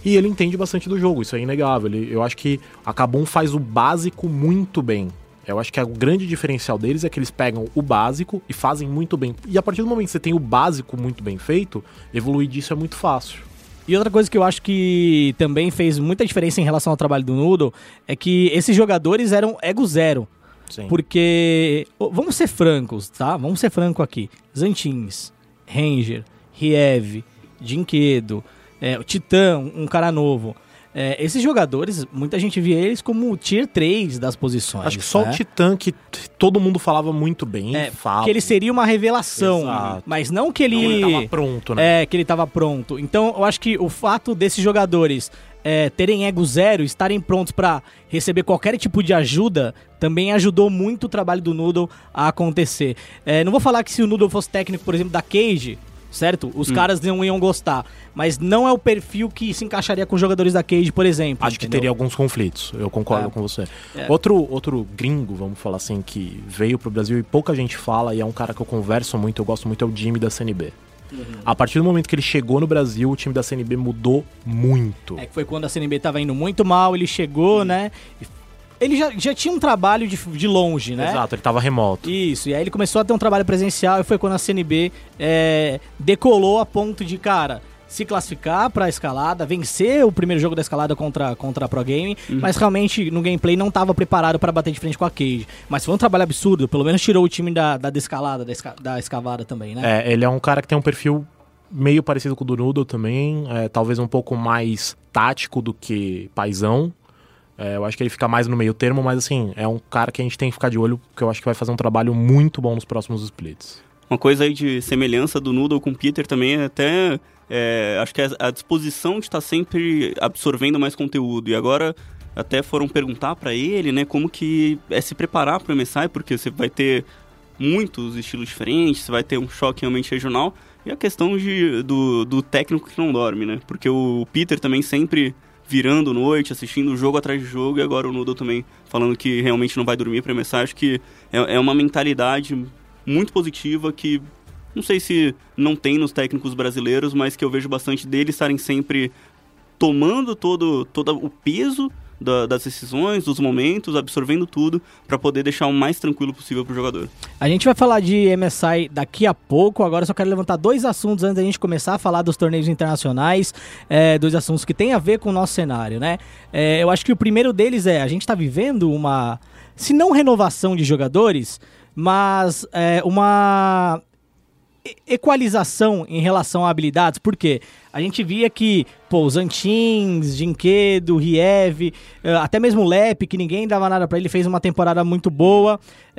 E ele entende bastante do jogo, isso é inegável. Ele, eu acho que a Kabum faz o básico muito bem. Eu acho que o grande diferencial deles é que eles pegam o básico e fazem muito bem. E a partir do momento que você tem o básico muito bem feito, evoluir disso é muito fácil.
E outra coisa que eu acho que também fez muita diferença em relação ao trabalho do Noodle é que esses jogadores eram ego zero.
Sim.
Porque, vamos ser francos, tá? Vamos ser franco aqui. Zantins, Ranger, Riev, Jinquedo, é, o Titã, um cara novo. É, esses jogadores, muita gente via eles como o tier três das posições.
Acho que só
né?
o Titã que todo mundo falava muito bem.
É,
fala.
que ele seria uma revelação,
Exato.
mas não que ele...
Não, ele tava pronto, né?
É, que ele tava pronto. Então, eu acho que o fato desses jogadores é, terem ego zero, estarem prontos pra receber qualquer tipo de ajuda, também ajudou muito o trabalho do Noodle a acontecer. É, não vou falar que se o Noodle fosse técnico, por exemplo, da Cage... certo? Os hum. caras não iam gostar. Mas não é o perfil que se encaixaria com os jogadores da Cage, por exemplo.
Acho entendeu? Que teria alguns conflitos, eu concordo é. com você.
É.
Outro, outro gringo, vamos falar assim, que veio pro Brasil e pouca gente fala, e é um cara que eu converso muito, eu gosto muito, é o Jimmy da C N B. Uhum. A partir do momento que ele chegou no Brasil, o time da C N B mudou muito.
É que foi quando a C N B tava indo muito mal, ele chegou, uhum. né... Ele já, já tinha um trabalho de, de longe, né?
Exato, ele tava remoto.
Isso, e aí ele começou a ter um trabalho presencial e foi quando a C N B é, decolou a ponto de, cara, se classificar pra escalada, vencer o primeiro jogo da escalada contra, contra a Pro Game, uhum. mas realmente no gameplay não tava preparado pra bater de frente com a Cage. Mas foi um trabalho absurdo, pelo menos tirou o time da, da descalada, da, esca, da escavada também, né?
É, ele é um cara que tem um perfil meio parecido com o do Noodle também, é, talvez um pouco mais tático do que paizão. É, eu acho que ele fica mais no meio termo, mas assim, é um cara que a gente tem que ficar de olho, porque eu acho que vai fazer um trabalho muito bom nos próximos splits.
Uma coisa aí de semelhança do Noodle com o Peter também é até, é, acho que é a disposição de estar sempre absorvendo mais conteúdo. E agora até foram perguntar pra ele, né, como que é se preparar pro M S I, porque você vai ter muitos estilos diferentes, você vai ter um choque realmente regional. E a questão de, do, do técnico que não dorme, né, porque o Peter também sempre... virando noite, assistindo jogo atrás de jogo, e agora o Noodle também falando que realmente não vai dormir para começar. Acho que é, é uma mentalidade muito positiva que não sei se não tem nos técnicos brasileiros, mas que eu vejo bastante deles estarem sempre tomando todo, todo o peso da, das decisões, dos momentos, absorvendo tudo para poder deixar o mais tranquilo possível pro jogador.
A gente vai falar de M S I daqui a pouco, agora eu só quero levantar dois assuntos antes da gente começar a falar dos torneios internacionais, é, dois assuntos que tem a ver com o nosso cenário, né? É, eu acho que o primeiro deles é, a gente tá vivendo uma, se não renovação de jogadores, mas é, uma equalização em relação a habilidades, porque a gente via que, pô, os Antins, Jinquedo, Riev, até mesmo o Lep, que ninguém dava nada pra ele, fez uma temporada muito boa.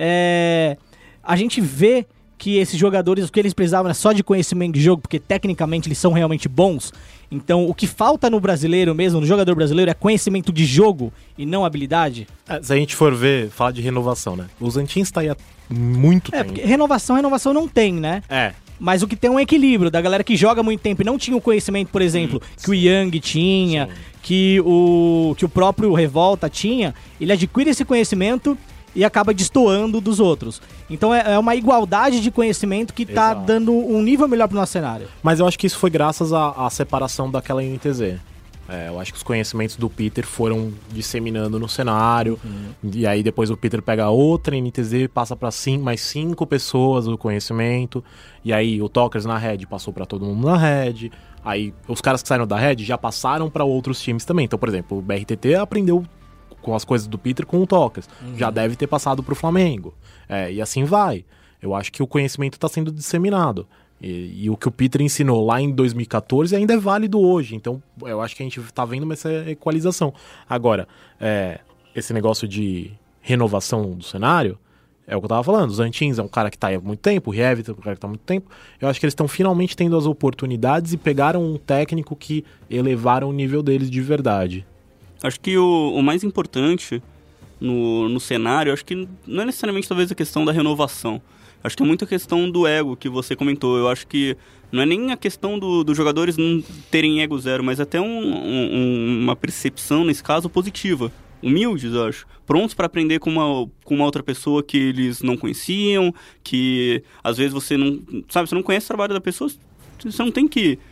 É, a gente vê que esses jogadores, o que eles precisavam é só de conhecimento de jogo, porque tecnicamente eles são realmente bons. Então, o que falta no brasileiro mesmo, no jogador brasileiro, é conhecimento de jogo e não habilidade.
É, se a gente for ver, falar de renovação, né? Os Antins tá aí há muito
é,
tempo.
Porque renovação, renovação não tem, né?
É.
Mas o que tem é um equilíbrio da galera que joga muito tempo e não tinha o conhecimento, por exemplo, hum, que o Yang tinha, sim. que o, que o próprio Revolta tinha. Ele adquire esse conhecimento e acaba destoando dos outros. Então é, é uma igualdade de conhecimento que tá Exato. Dando um nível melhor pro nosso cenário.
Mas eu acho que isso foi graças à, à separação daquela N T Z. É, eu acho que os conhecimentos do Peter foram disseminando no cenário, uhum. e aí depois o Peter pega outra N T Z e passa para cinco, mais cinco pessoas o conhecimento, e aí o Talkers na Red passou para todo mundo na Red, aí os caras que saíram da Red já passaram para outros times também. Então, por exemplo, o B R T T aprendeu com as coisas do Peter com o Talkers, uhum. já deve ter passado pro Flamengo, é, e assim vai. Eu acho que o conhecimento está sendo disseminado. E, e o que o Peter ensinou lá em dois mil e catorze ainda é válido hoje. Então eu acho que a gente tá vendo essa equalização. Agora, é, esse negócio de renovação do cenário é o que eu tava falando. Os Antins é um cara que tá aí há muito tempo, o Riev é um cara que tá há muito tempo. Eu acho que eles estão finalmente tendo as oportunidades e pegaram um técnico que elevaram o nível deles de verdade.
Acho que o, o mais importante no, no cenário, acho que não é necessariamente talvez a questão da renovação. Acho que é muita questão do ego que você comentou. Eu acho que não é nem a questão do, dos jogadores não terem ego zero, mas até um, um, uma percepção, nesse caso, positiva. Humildes, eu acho. Prontos para aprender com uma, com uma outra pessoa que eles não conheciam, que às vezes você não... Sabe, você não conhece o trabalho da pessoa, você não tem que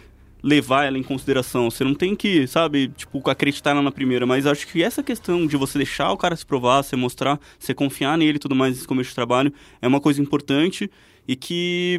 levar ela em consideração. Você não tem que, sabe, tipo, acreditar ela na primeira, mas acho que essa questão de você deixar o cara se provar, você mostrar, você confiar nele e tudo mais nesse começo de trabalho, é uma coisa importante e que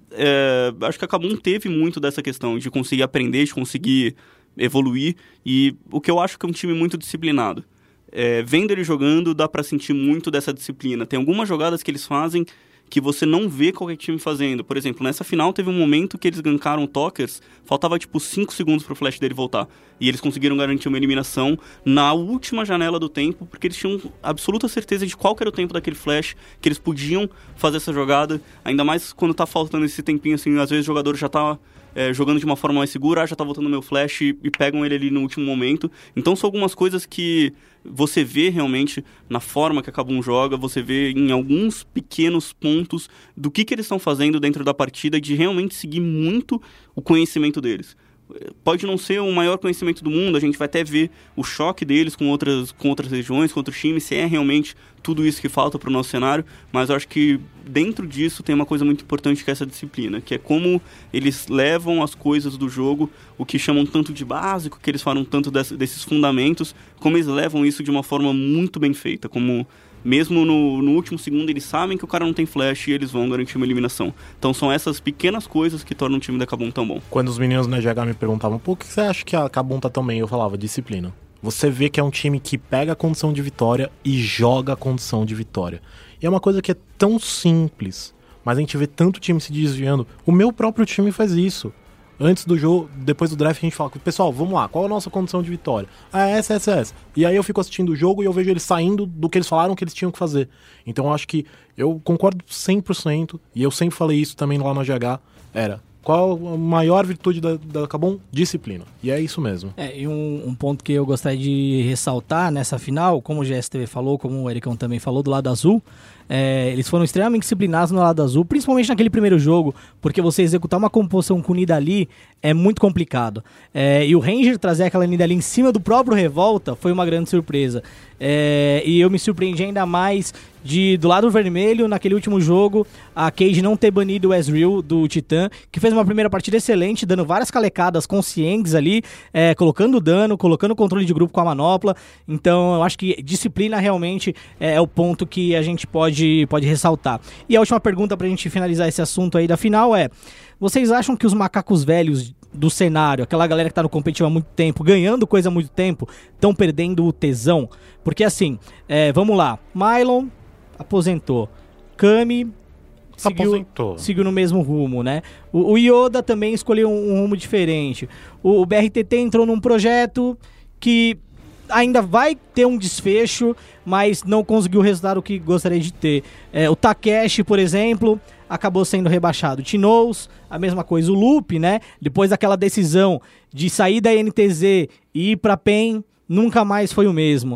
é, acho que a Kabum teve muito dessa questão de conseguir aprender, de conseguir evoluir, e o que eu acho que é um time muito disciplinado. É, vendo ele jogando, dá pra sentir muito dessa disciplina. Tem algumas jogadas que eles fazem que você não vê qualquer time fazendo. Por exemplo, nessa final teve um momento que eles gankaram o Tokers, faltava tipo cinco segundos pro flash dele voltar. E eles conseguiram garantir uma eliminação na última janela do tempo, porque eles tinham absoluta certeza de qual que era o tempo daquele flash, que eles podiam fazer essa jogada, ainda mais quando tá faltando esse tempinho, assim, às vezes o jogador já tá é, jogando de uma forma mais segura, ah, já tá voltando meu flash e, e pegam ele ali no último momento. Então são algumas coisas que você vê realmente na forma que a Kabum joga, você vê em alguns pequenos pontos do que, que eles estão fazendo dentro da partida, de realmente seguir muito o conhecimento deles. Pode não ser o maior conhecimento do mundo, a gente vai até ver o choque deles com outras, com outras regiões, com outros times, se é realmente tudo isso que falta para o nosso cenário, mas eu acho que dentro disso tem uma coisa muito importante que é essa disciplina, que é como eles levam as coisas do jogo, o que chamam tanto de básico, que eles falam tanto desse, desses fundamentos, como eles levam isso de uma forma muito bem feita, como mesmo no, no último segundo eles sabem que o cara não tem flash e eles vão garantir uma eliminação. Então são essas pequenas coisas que tornam o time da Kabum tão bom.
Quando os meninos na G H me perguntavam, por que você acha que a Kabum tá tão bem? Eu falava, disciplina. Você vê que é um time que pega a condição de vitória e joga a condição de vitória. E é uma coisa que é tão simples, mas a gente vê tanto time se desviando. O meu próprio time faz isso. Antes do jogo, depois do draft, a gente fala, pessoal, vamos lá, qual a nossa condição de vitória? Ah, essa, essa, essa. E aí eu fico assistindo o jogo e eu vejo eles saindo do que eles falaram que eles tinham que fazer. Então eu acho que eu concordo cem por cento, e eu sempre falei isso também lá na G H, era, qual a maior virtude da, da Kabum? Disciplina. E é isso mesmo.
É, e um, um ponto que eu gostaria de ressaltar nessa final, como o G S T V falou, como o Ericão também falou, do lado azul, é, eles foram extremamente disciplinados no lado azul, principalmente naquele primeiro jogo, porque você executar uma composição com Nidalee é muito complicado. É, e o Ranger trazer aquela Nidalee em cima do próprio Revolta foi uma grande surpresa. É, e eu me surpreendi ainda mais de, do lado vermelho, naquele último jogo, a Cage não ter banido o Ezreal do Titã, que fez uma primeira partida excelente, dando várias calecadas conscientes ali, é, colocando dano, colocando controle de grupo com a manopla. Então eu acho que disciplina realmente é, é o ponto que a gente pode, pode ressaltar. E a última pergunta pra gente finalizar esse assunto aí da final é: vocês acham que os macacos velhos do cenário, aquela galera que tá no competitivo há muito tempo, ganhando coisa há muito tempo, estão perdendo o tesão? Porque assim, é, vamos lá, Mylon aposentou, Kami seguiu,
aposentou.
seguiu no mesmo rumo, né? O, o Yoda também escolheu um, um rumo diferente. O, o B R T T entrou num projeto que ainda vai ter um desfecho, mas não conseguiu o resultado que gostaria de ter. É, o Takeshi, por exemplo, acabou sendo rebaixado. T-Nose, a mesma coisa. O Loop, né? Depois daquela decisão de sair da N T Z e ir pra P E N, nunca mais foi o mesmo.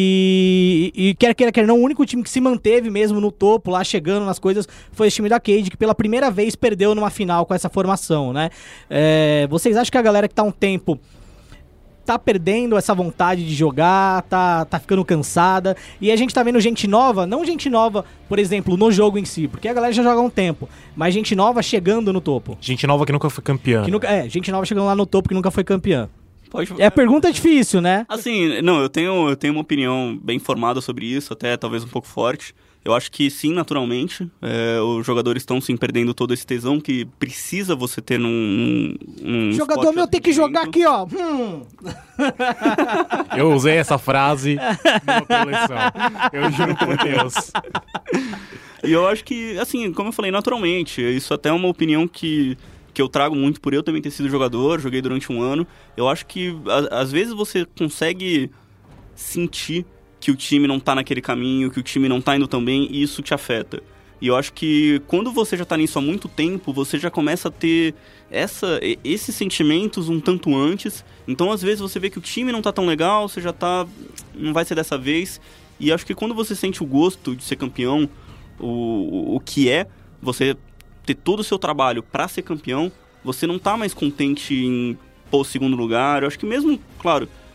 E, e quer queira, quer não, o único time que se manteve mesmo no topo, lá chegando nas coisas, foi esse time da Cade, que pela primeira vez perdeu numa final com essa formação, né? É, vocês acham que a galera que tá há um tempo tá perdendo essa vontade de jogar, tá, tá ficando cansada, e a gente tá vendo gente nova, não gente nova, por exemplo, no jogo em si, porque a galera já joga há um tempo, mas gente nova chegando no topo.
Gente nova que nunca foi campeã.
Que nunca, é, gente nova chegando lá no topo que nunca foi campeã.
Pode...
É pergunta difícil, né?
Assim, não, eu tenho, eu tenho uma opinião bem formada sobre isso, até talvez um pouco forte. Eu acho que sim, naturalmente, é, os jogadores estão sim perdendo todo esse tesão que precisa você ter num... num
jogador meu tem que jogar aqui, ó. Hum.
Eu usei essa frase numa coleção. Eu juro por Deus.
E eu acho que, assim, como eu falei, naturalmente, isso até é uma opinião que... que eu trago muito por eu também ter sido jogador, joguei durante um ano. Eu acho que, a, às vezes, você consegue sentir que o time não tá naquele caminho, que o time não tá indo tão bem, e isso te afeta. E eu acho que, quando você já tá nisso há muito tempo, você já começa a ter essa, esses sentimentos um tanto antes. Então, às vezes, você vê que o time não tá tão legal, você já tá... não vai ser dessa vez. E acho que quando você sente o gosto de ser campeão, o, o que é você... ter todo o seu trabalho para ser campeão, você não tá mais contente em pôr segundo lugar. Eu acho que mesmo, claro,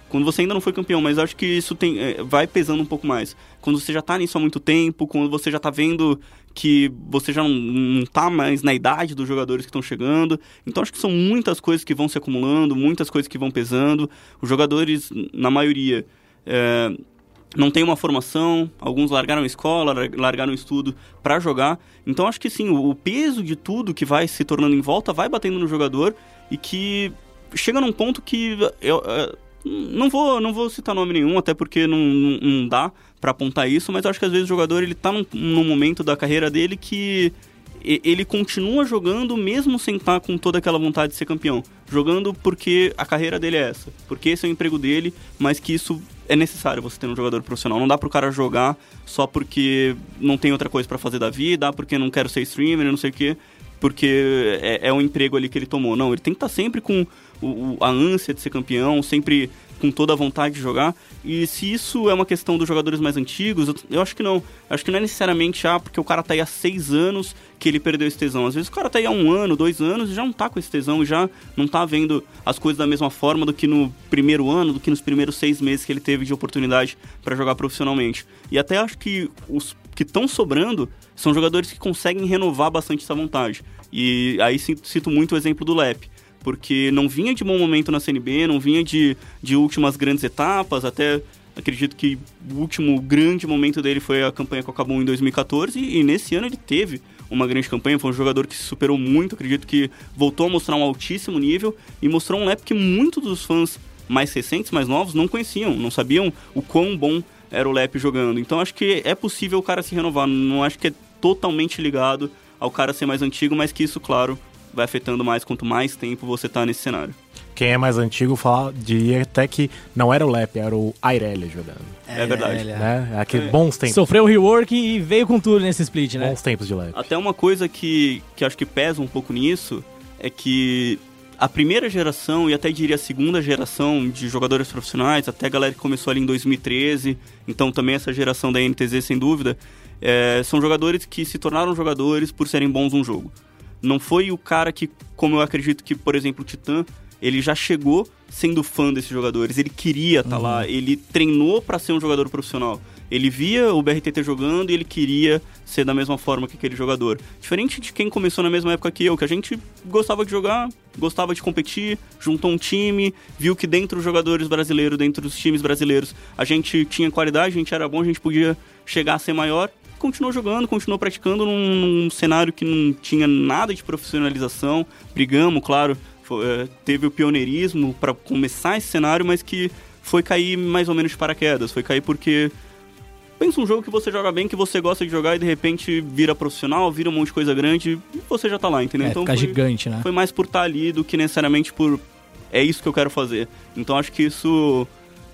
Quando você ainda não foi campeão, mas eu acho que isso tem, é, vai pesando um pouco mais. Quando você já tá nisso há muito tempo, quando você já tá vendo que você já não, não tá mais na idade dos jogadores que estão chegando. Então acho que são muitas coisas que vão se acumulando, muitas coisas que vão pesando. Os jogadores, na maioria, é, não tem uma formação, alguns largaram a escola, largaram o estudo para jogar. Então acho que sim, o peso de tudo que vai se tornando em volta vai batendo no jogador e que chega num ponto que eu, eu não vou, não vou citar nome nenhum, até porque não, não, não dá para apontar isso, mas eu acho que às vezes o jogador ele tá num, num momento da carreira dele que ele continua jogando mesmo sem estar com toda aquela vontade de ser campeão. Jogando porque a carreira dele é essa, porque esse é o emprego dele, mas que isso é necessário você ter um jogador profissional. Não dá pro cara jogar só porque não tem outra coisa para fazer da vida, porque não quero ser streamer, não sei o quê, porque é, é um emprego ali que ele tomou. Não, ele tem que estar sempre com o, a ânsia de ser campeão, sempre com toda a vontade de jogar. E se isso é uma questão dos jogadores mais antigos, eu, eu acho que não. Eu acho que não é necessariamente ah, porque o cara tá aí há seis anos que ele perdeu esse tesão. Às vezes o cara tá aí há um ano, dois anos e já não tá com esse tesão, e já não tá vendo as coisas da mesma forma do que no primeiro ano, do que nos primeiros seis meses que ele teve de oportunidade para jogar profissionalmente. E até acho que os que estão sobrando são jogadores que conseguem renovar bastante essa vontade. E aí cito muito o exemplo do Lepe, porque não vinha de bom momento na C N B, não vinha de, de últimas grandes etapas, até acredito que o último grande momento dele foi a campanha com a Kabum em dois mil e catorze, e nesse ano ele teve uma grande campanha, foi um jogador que se superou muito, acredito que voltou a mostrar um altíssimo nível, e mostrou um Lepe que muitos dos fãs mais recentes, mais novos, não conheciam, não sabiam o quão bom era o Lepe jogando. Então acho que é possível o cara se renovar, não acho que é totalmente ligado ao cara ser mais antigo, mas que isso, claro, vai afetando mais quanto mais tempo você tá nesse cenário.
Quem é mais antigo fala, diria até que não era o Lepe, era o Irelia jogando.
É, é verdade.
Né? Aqueles é. bons tempos.
Sofreu um rework e veio com tudo nesse split, né?
Bons tempos de Lepe.
Até uma coisa que, que acho que pesa um pouco nisso é que a primeira geração, e até diria a segunda geração de jogadores profissionais, até a galera que começou ali em dois mil e treze, então também essa geração da N T Z, sem dúvida, é, são jogadores que se tornaram jogadores por serem bons num jogo. Não foi o cara que, como eu acredito que, por exemplo, o Titã, ele já chegou sendo fã desses jogadores, ele queria estar uhum. lá, ele treinou para ser um jogador profissional. Ele via o B R T T jogando e ele queria ser da mesma forma que aquele jogador. Diferente de quem começou na mesma época que eu, que a gente gostava de jogar, gostava de competir, juntou um time, viu que dentro dos jogadores brasileiros, dentro dos times brasileiros, a gente tinha qualidade, a gente era bom, a gente podia chegar a ser maior. Continuou jogando, continuou praticando num, num cenário que não tinha nada de profissionalização. Brigamos, claro, foi, é, teve o pioneirismo para começar esse cenário, mas que foi cair mais ou menos de paraquedas. Foi cair porque pensa um jogo que você joga bem, que você gosta de jogar e de repente vira profissional, vira um monte de coisa grande e você já tá lá, entendeu?
É,
então
fica
foi,
gigante, né?
Foi mais por estar ali do que necessariamente por é isso que eu quero fazer. Então acho que isso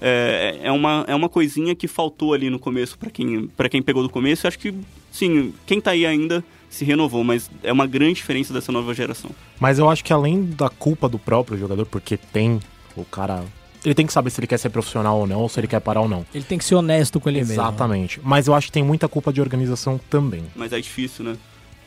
é, é, uma, é uma coisinha que faltou ali no começo para quem, pra quem pegou do começo. Eu acho que, sim, quem tá aí ainda se renovou, mas é uma grande diferença dessa nova geração.
Mas eu acho que além da culpa do próprio jogador, porque tem o cara... Ele tem que saber se ele quer ser profissional ou não, ou se ele quer parar ou não.
Ele tem que ser honesto com ele mesmo.
Exatamente. Mas eu acho que tem muita culpa de organização também.
Mas é difícil, né?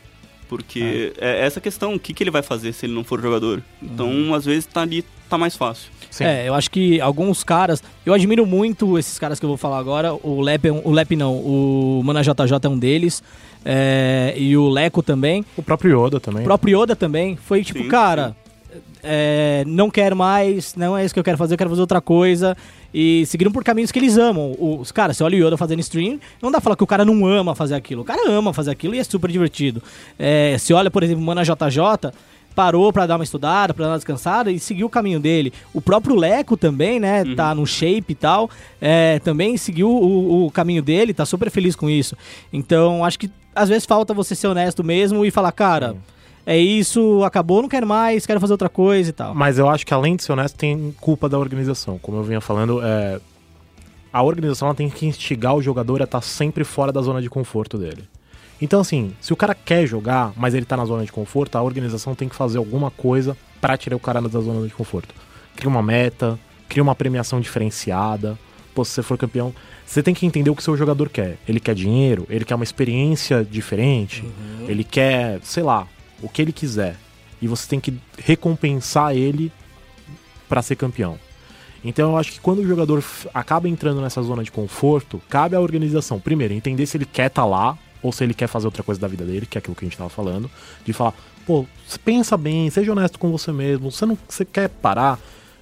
Porque é, é essa questão, o que, que ele vai fazer se ele não for jogador? Então, hum. às vezes, tá ali, tá mais fácil.
Sim. É, eu acho que alguns caras... Eu admiro muito esses caras que eu vou falar agora. O Lepe, o Lepe não, o Mana J J é um deles. É, e o Leco também.
O próprio Yoda também.
O próprio Yoda também. Foi tipo, sim, cara... Sim. É, não quero mais, não é isso que eu quero fazer, eu quero fazer outra coisa. E seguiram por caminhos que eles amam. Os cara, você olha o Yoda fazendo stream, não dá pra falar que o cara não ama fazer aquilo. O cara ama fazer aquilo e é super divertido. É, se olha, por exemplo, o Mana J J, parou pra dar uma estudada, pra dar uma descansada e seguiu o caminho dele. O próprio Leco também, né, uhum. tá no shape e tal, é, também seguiu o, o caminho dele, tá super feliz com isso. Então, acho que às vezes falta você ser honesto mesmo e falar, cara... Uhum. É isso, acabou, não quero mais, quero fazer outra coisa e tal.
Mas eu acho que além de ser honesto, tem culpa da organização. Como eu vinha falando, é... a organização ela tem que instigar o jogador a estar sempre fora da zona de conforto dele. Então assim, se o cara quer jogar, mas ele tá na zona de conforto, a organização tem que fazer alguma coisa pra tirar o cara da zona de conforto. Cria uma meta, cria uma premiação diferenciada. Pô, se você for campeão, você tem que entender o que o seu jogador quer. Ele quer dinheiro, ele quer uma experiência diferente, uhum. ele quer, sei lá, o que ele quiser, e você tem que recompensar ele para ser campeão. Então eu acho que quando o jogador f- acaba entrando nessa zona de conforto, cabe à organização, primeiro, entender se ele quer estar lá ou se ele quer fazer outra coisa da vida dele, que é aquilo que a gente tava falando, de falar, pô, pensa bem, seja honesto com você mesmo, você não você quer parar,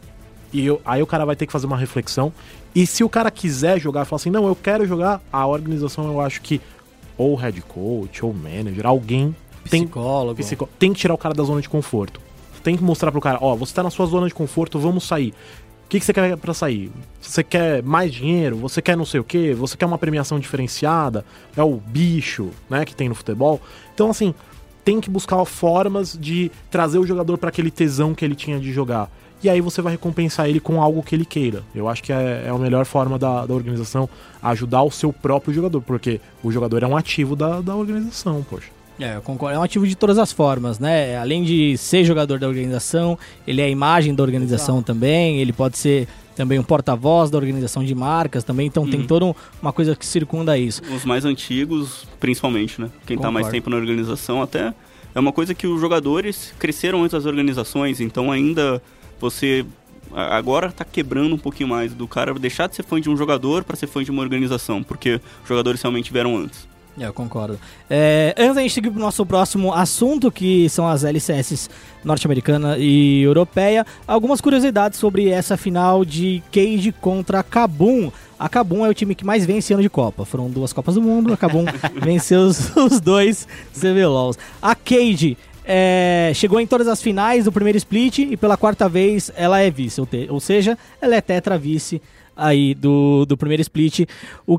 e eu, aí o cara vai ter que fazer uma reflexão, e se o cara quiser jogar, falar assim, não, eu quero jogar, a organização, eu acho que ou head coach, ou manager, alguém tem,
Psicólogo.
psicó- tem que tirar o cara da zona de conforto. Tem que mostrar pro cara, ó, você tá na sua zona de conforto, vamos sair. O que, que você quer pra sair? Você quer mais dinheiro? Você quer não sei o quê? Você quer uma premiação diferenciada? É o bicho, né, que tem no futebol. Então, assim, tem que buscar formas de trazer o jogador pra aquele tesão que ele tinha de jogar. E aí você vai recompensar ele com algo que ele queira. Eu acho que é, é a melhor forma da, da organização ajudar o seu próprio jogador, porque o jogador é um ativo da, da organização, poxa.
É, eu concordo. É um ativo de todas as formas, né? Além de ser jogador da organização, ele é a imagem da organização
Exato.
também, ele pode ser também um porta-voz da organização de marcas também, então tem
Uhum.
toda um- uma coisa que circunda isso.
Os mais antigos, principalmente, né? Quem tá mais
Concordo.
tempo na organização, até é uma coisa que os jogadores cresceram antes das organizações, então ainda você a- agora tá quebrando um pouquinho mais do cara deixar de ser fã de um jogador pra ser fã de uma organização, porque os jogadores realmente vieram antes.
É, eu concordo. É, antes da gente seguir pro nosso próximo assunto, que são as L C S norte-americana e europeia, algumas curiosidades sobre essa final de Cade contra a Kabum. A Kabum é o time que mais vence ano de Copa. Foram duas Copas do Mundo, a Kabum venceu os, os dois C B L O Ls. A Cade é, chegou em todas as finais do primeiro split e pela quarta vez ela é vice, ou, te, ou seja, ela é tetra vice aí do, do primeiro split, o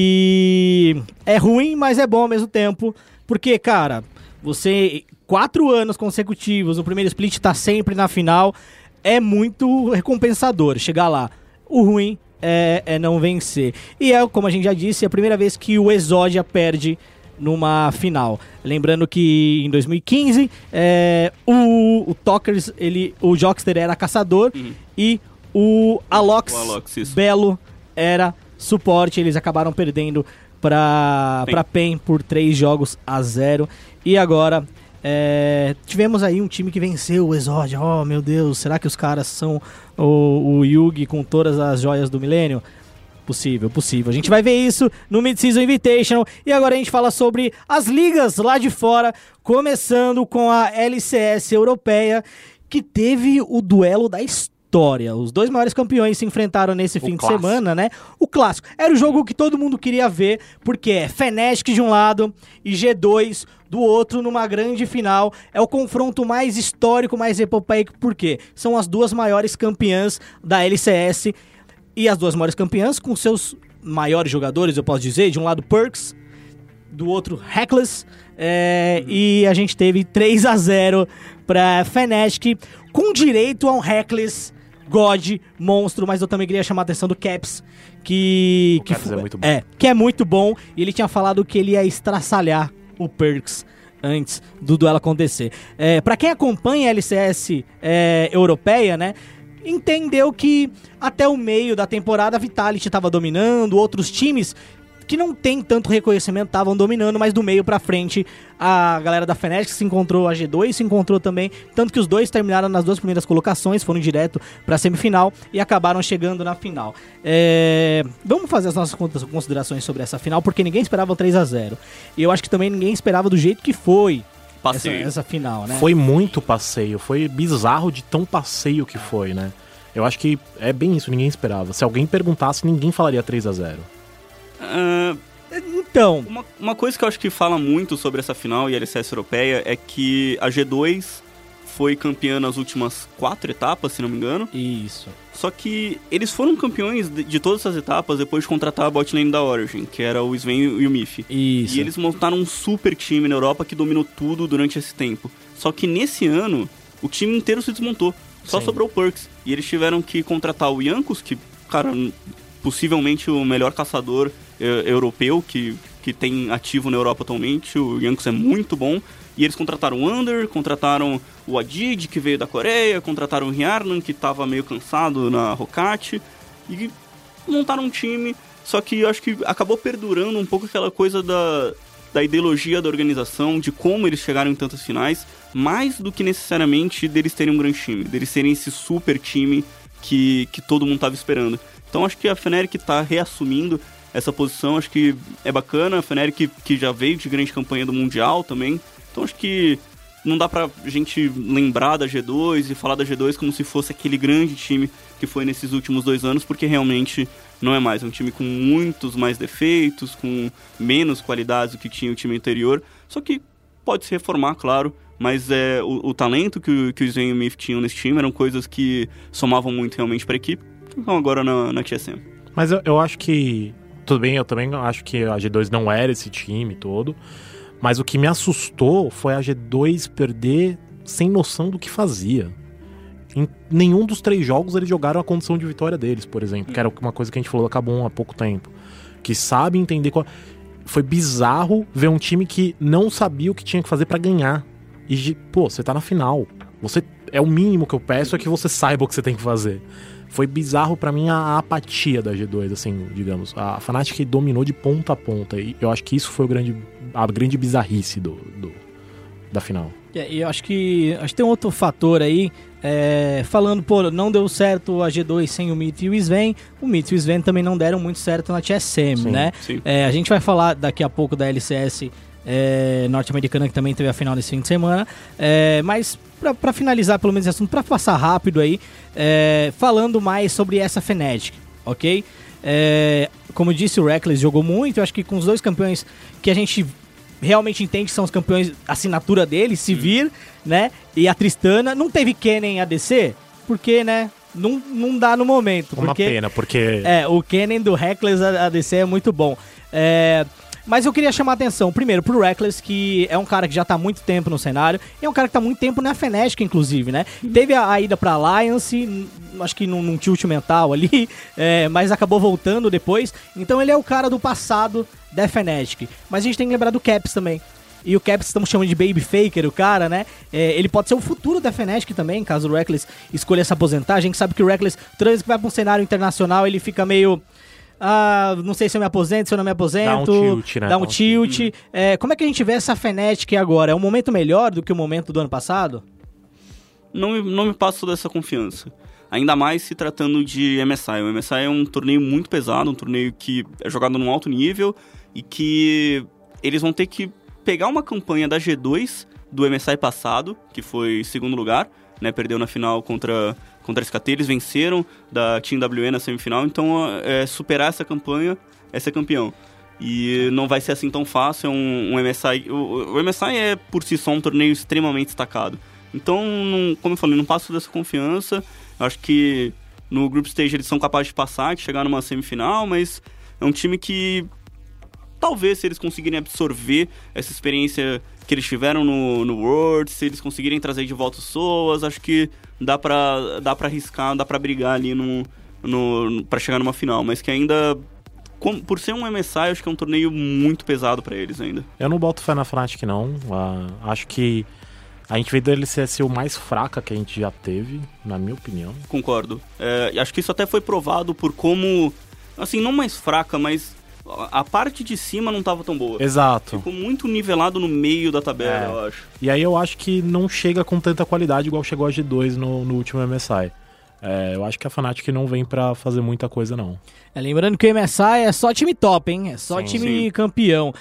que é ruim, mas é bom ao mesmo tempo, porque, cara, você, quatro anos consecutivos, o primeiro split tá sempre na final, é muito recompensador chegar lá. O ruim é, é não vencer. E é, como a gente já disse, é a primeira vez que o Exodia perde numa final. Lembrando que em dois mil e quinze, é, o, o Tokers, ele, o Jockster era caçador,
Uhum.
e o Alox,
O Alox, isso.
Belo era suporte. Eles acabaram perdendo para
Pen.
para Pen por três jogos a zero. E agora é, tivemos aí um time que venceu o Exodia. Oh, meu Deus, será que os caras são o, o Yugi com todas as joias do milênio? Possível, possível. A gente vai ver isso no Mid-Season Invitational. E agora a gente fala sobre as ligas lá de fora, começando com a L C S europeia, que teve o duelo da história. Os dois maiores campeões se enfrentaram nesse fim
clássico.
de semana, né? O clássico. Era o jogo que todo mundo queria ver, porque é Fnatic de um lado e G dois do outro numa grande final. É o confronto mais histórico, mais epopeico, porque são as duas maiores campeãs da L C S e as duas maiores campeãs com seus maiores jogadores, eu posso dizer. De um lado, Perks, do outro, Reckless. É, e a gente teve três a zero pra Fnatic, com direito a um Reckless God, monstro, mas eu também queria chamar a atenção do Caps, que,
O
que
Caps
fo-
é muito bom.
É, que é muito bom, e ele tinha falado que ele ia estraçalhar o Perks antes do duelo acontecer. É, para quem acompanha a L C S é, europeia, né, entendeu que até o meio da temporada a Vitality estava dominando, outros times que não tem tanto reconhecimento estavam dominando, mas do meio pra frente a galera da Fnatic se encontrou, a G dois se encontrou também, tanto que os dois terminaram nas duas primeiras colocações, foram direto pra semifinal e acabaram chegando na final. É... Vamos fazer as nossas considerações sobre essa final, porque ninguém esperava o três a zero. E eu acho que também ninguém esperava do jeito que foi essa,
Passeio.
essa final, né?
Foi muito passeio, foi bizarro de tão passeio que foi, né? Eu acho que é bem isso, ninguém esperava. Se alguém perguntasse, ninguém falaria três a zero.
Ah,
Então,
uma, uma coisa que eu acho que fala muito sobre essa final e a L C S europeia é que a G dois foi campeã nas últimas quatro etapas, se não me engano.
isso.
Só que eles foram campeões de, de todas essas etapas depois de contratar a botlane da Origin, que era o Sven e o Miffy.
Isso.
E eles montaram um super time na Europa que dominou tudo durante esse tempo. Só que nesse ano, o time inteiro se desmontou. Só
Sim.
sobrou o Perks. E eles tiveram que contratar o Jankos, que, cara, possivelmente o melhor caçador eh, europeu que, que tem ativo na Europa atualmente. O Jankos é muito bom. E eles contrataram o Under, contrataram o Adid, que veio da Coreia, contrataram o Rhiarnan, que estava meio cansado na Roccat, e montaram um time, só que eu acho que acabou perdurando um pouco aquela coisa da, da ideologia da organização, de como eles chegaram em tantas finais, mais do que necessariamente deles terem um grande time, deles serem esse super time que, que todo mundo estava esperando. Então acho que a Fnatic está reassumindo essa posição, acho que é bacana, a Fnatic que, que já veio de grande campanha do Mundial também, então acho que não dá pra gente lembrar da G dois e falar da G dois como se fosse aquele grande time que foi nesses últimos dois anos, porque realmente não é mais. É um time com muitos mais defeitos, com menos qualidades do que tinha o time anterior, só que pode se reformar, claro, mas é, o, o talento que, o, que o Sven e o Myth tinham nesse time eram coisas que somavam muito realmente pra equipe, então agora na, na T S M.
Mas eu, eu acho que, tudo bem, eu também acho que a G dois não era esse time todo, mas o que me assustou foi a G dois perder sem noção do que fazia. Em nenhum dos três jogos eles jogaram a condição de vitória deles, por exemplo, que era uma coisa que a gente falou da Kabum há pouco tempo. Que sabe entender qual... Foi bizarro ver um time que não sabia o que tinha que fazer pra ganhar. E, pô, você tá na final. Você... É o mínimo que eu peço é que você saiba o que você tem que fazer. Foi bizarro pra mim a apatia da G dois, assim, digamos. A Fnatic dominou de ponta a ponta. E eu acho que isso foi o grande, a grande bizarrice do, do, da final.
E eu acho que, acho que tem um outro fator aí. É, falando, pô, não deu certo a G dois sem o Myth e o Sven. O Myth e o Sven também não deram muito certo na T S M, sim, né? Sim. É, a gente vai falar daqui a pouco da L C S é, norte-americana, que também teve a final nesse fim de semana. É, mas, pra, pra finalizar pelo menos esse assunto, pra passar rápido aí, é, falando mais sobre essa Fnatic, ok? É, como eu disse, o Reckless jogou muito. Eu acho que com os dois campeões que a gente realmente entende que são os campeões, assinatura dele, se vir, né? E a Tristana, não teve Kennen A D C, porque, né? Não, não dá no momento.
Uma
porque,
pena, porque...
É, o Kennen do Reckless A D C é muito bom. É... Mas eu queria chamar a atenção, primeiro, pro Reckless, que é um cara que já tá há muito tempo no cenário, e é um cara que tá há muito tempo na Fnatic, inclusive, né? Teve a, a ida pra Alliance, acho que num, num tilt mental ali, é, mas acabou voltando depois. Então ele é o cara do passado da Fnatic. Mas a gente tem que lembrar do Caps também. E o Caps estamos chamando de Baby Faker, o cara, né? É, ele pode ser o futuro da Fnatic também, caso o Reckless escolha se aposentar. A gente sabe que o Reckless, toda vez que vai pra um cenário internacional, ele fica meio... Ah, não sei se eu me aposento, se eu não me aposento. Dá um
tilt, né?
Dá um tilt. Hum. É, como é que a gente vê essa Fnatic agora? É um momento melhor do que o momento do ano passado?
Não me, não me passa toda essa confiança. Ainda mais se tratando de M S I. O M S I é um torneio muito pesado, um torneio que é jogado num alto nível e que eles vão ter que pegar uma campanha da G dois do M S I passado, que foi segundo lugar, né? Perdeu na final contra... Contra a S K T, eles venceram da Team W E na semifinal, então é, superar essa campanha é ser campeão. E não vai ser assim tão fácil, é um, um M S I... O, o M S I é, por si só, um torneio extremamente destacado. Então, não, como eu falei, não passo dessa confiança. Eu acho que no Group Stage eles são capazes de passar, de chegar numa semifinal, mas é um time que... Talvez, se eles conseguirem absorver essa experiência que eles tiveram no, no World, se eles conseguirem trazer de volta os Soas, acho que dá pra, dá pra arriscar, dá pra brigar ali no, no, pra chegar numa final. Mas que ainda, com, por ser um M S I, acho que é um torneio muito pesado pra eles ainda.
Eu não boto fé na Fnatic, não. Uh, acho que a gente veio da L C S o mais fraca que a gente já teve, na minha opinião.
Concordo. É, acho que isso até foi provado por como... Assim, não mais fraca, mas... A parte de cima não estava tão boa.
Exato.
Ficou muito nivelado no meio da tabela, é. eu acho.
E aí eu acho que não chega com tanta qualidade igual chegou a G dois no, no último M S I. É, eu acho que a Fnatic não vem pra fazer muita coisa, não.
É, lembrando que o M S I é só time top, hein? É só sim, time sim. campeão.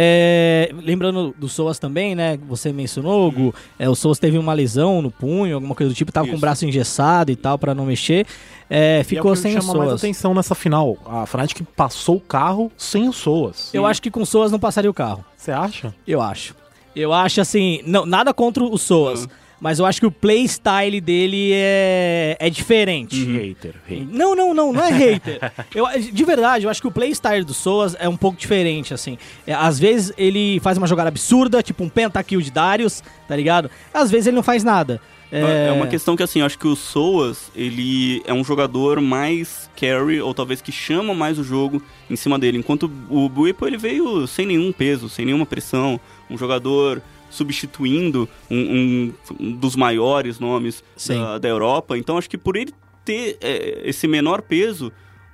É, lembrando do Soas também, né? Você mencionou, Gu, hum. é, o Soas teve uma lesão no punho, alguma coisa do tipo, tava Isso. com o braço engessado e tal, pra não mexer. É, ficou e é o que sem o Soas. Chama mais
atenção nessa final. A Fnatic passou o carro sem o Soas.
Eu sim. acho que com o Soas não passaria o carro.
Você acha?
Eu acho. Eu acho assim, não, nada contra o Soas. Uhum. Mas eu acho que o playstyle dele é, é diferente.
Uhum. Hater, hater.
Não, não, não, não é hater. eu, de verdade, eu acho que o playstyle do Soas é um pouco diferente, assim. É, às vezes ele faz uma jogada absurda, tipo um pentakill de Darius, tá ligado? Às vezes ele não faz nada.
É, é uma questão que, assim, eu acho que o Soas, ele é um jogador mais carry, ou talvez que chama mais o jogo em cima dele. Enquanto o Bwipo, ele veio sem nenhum peso, sem nenhuma pressão. Um jogador... substituindo um, um dos maiores nomes da, da Europa. Então, acho que por ele ter é, esse menor peso,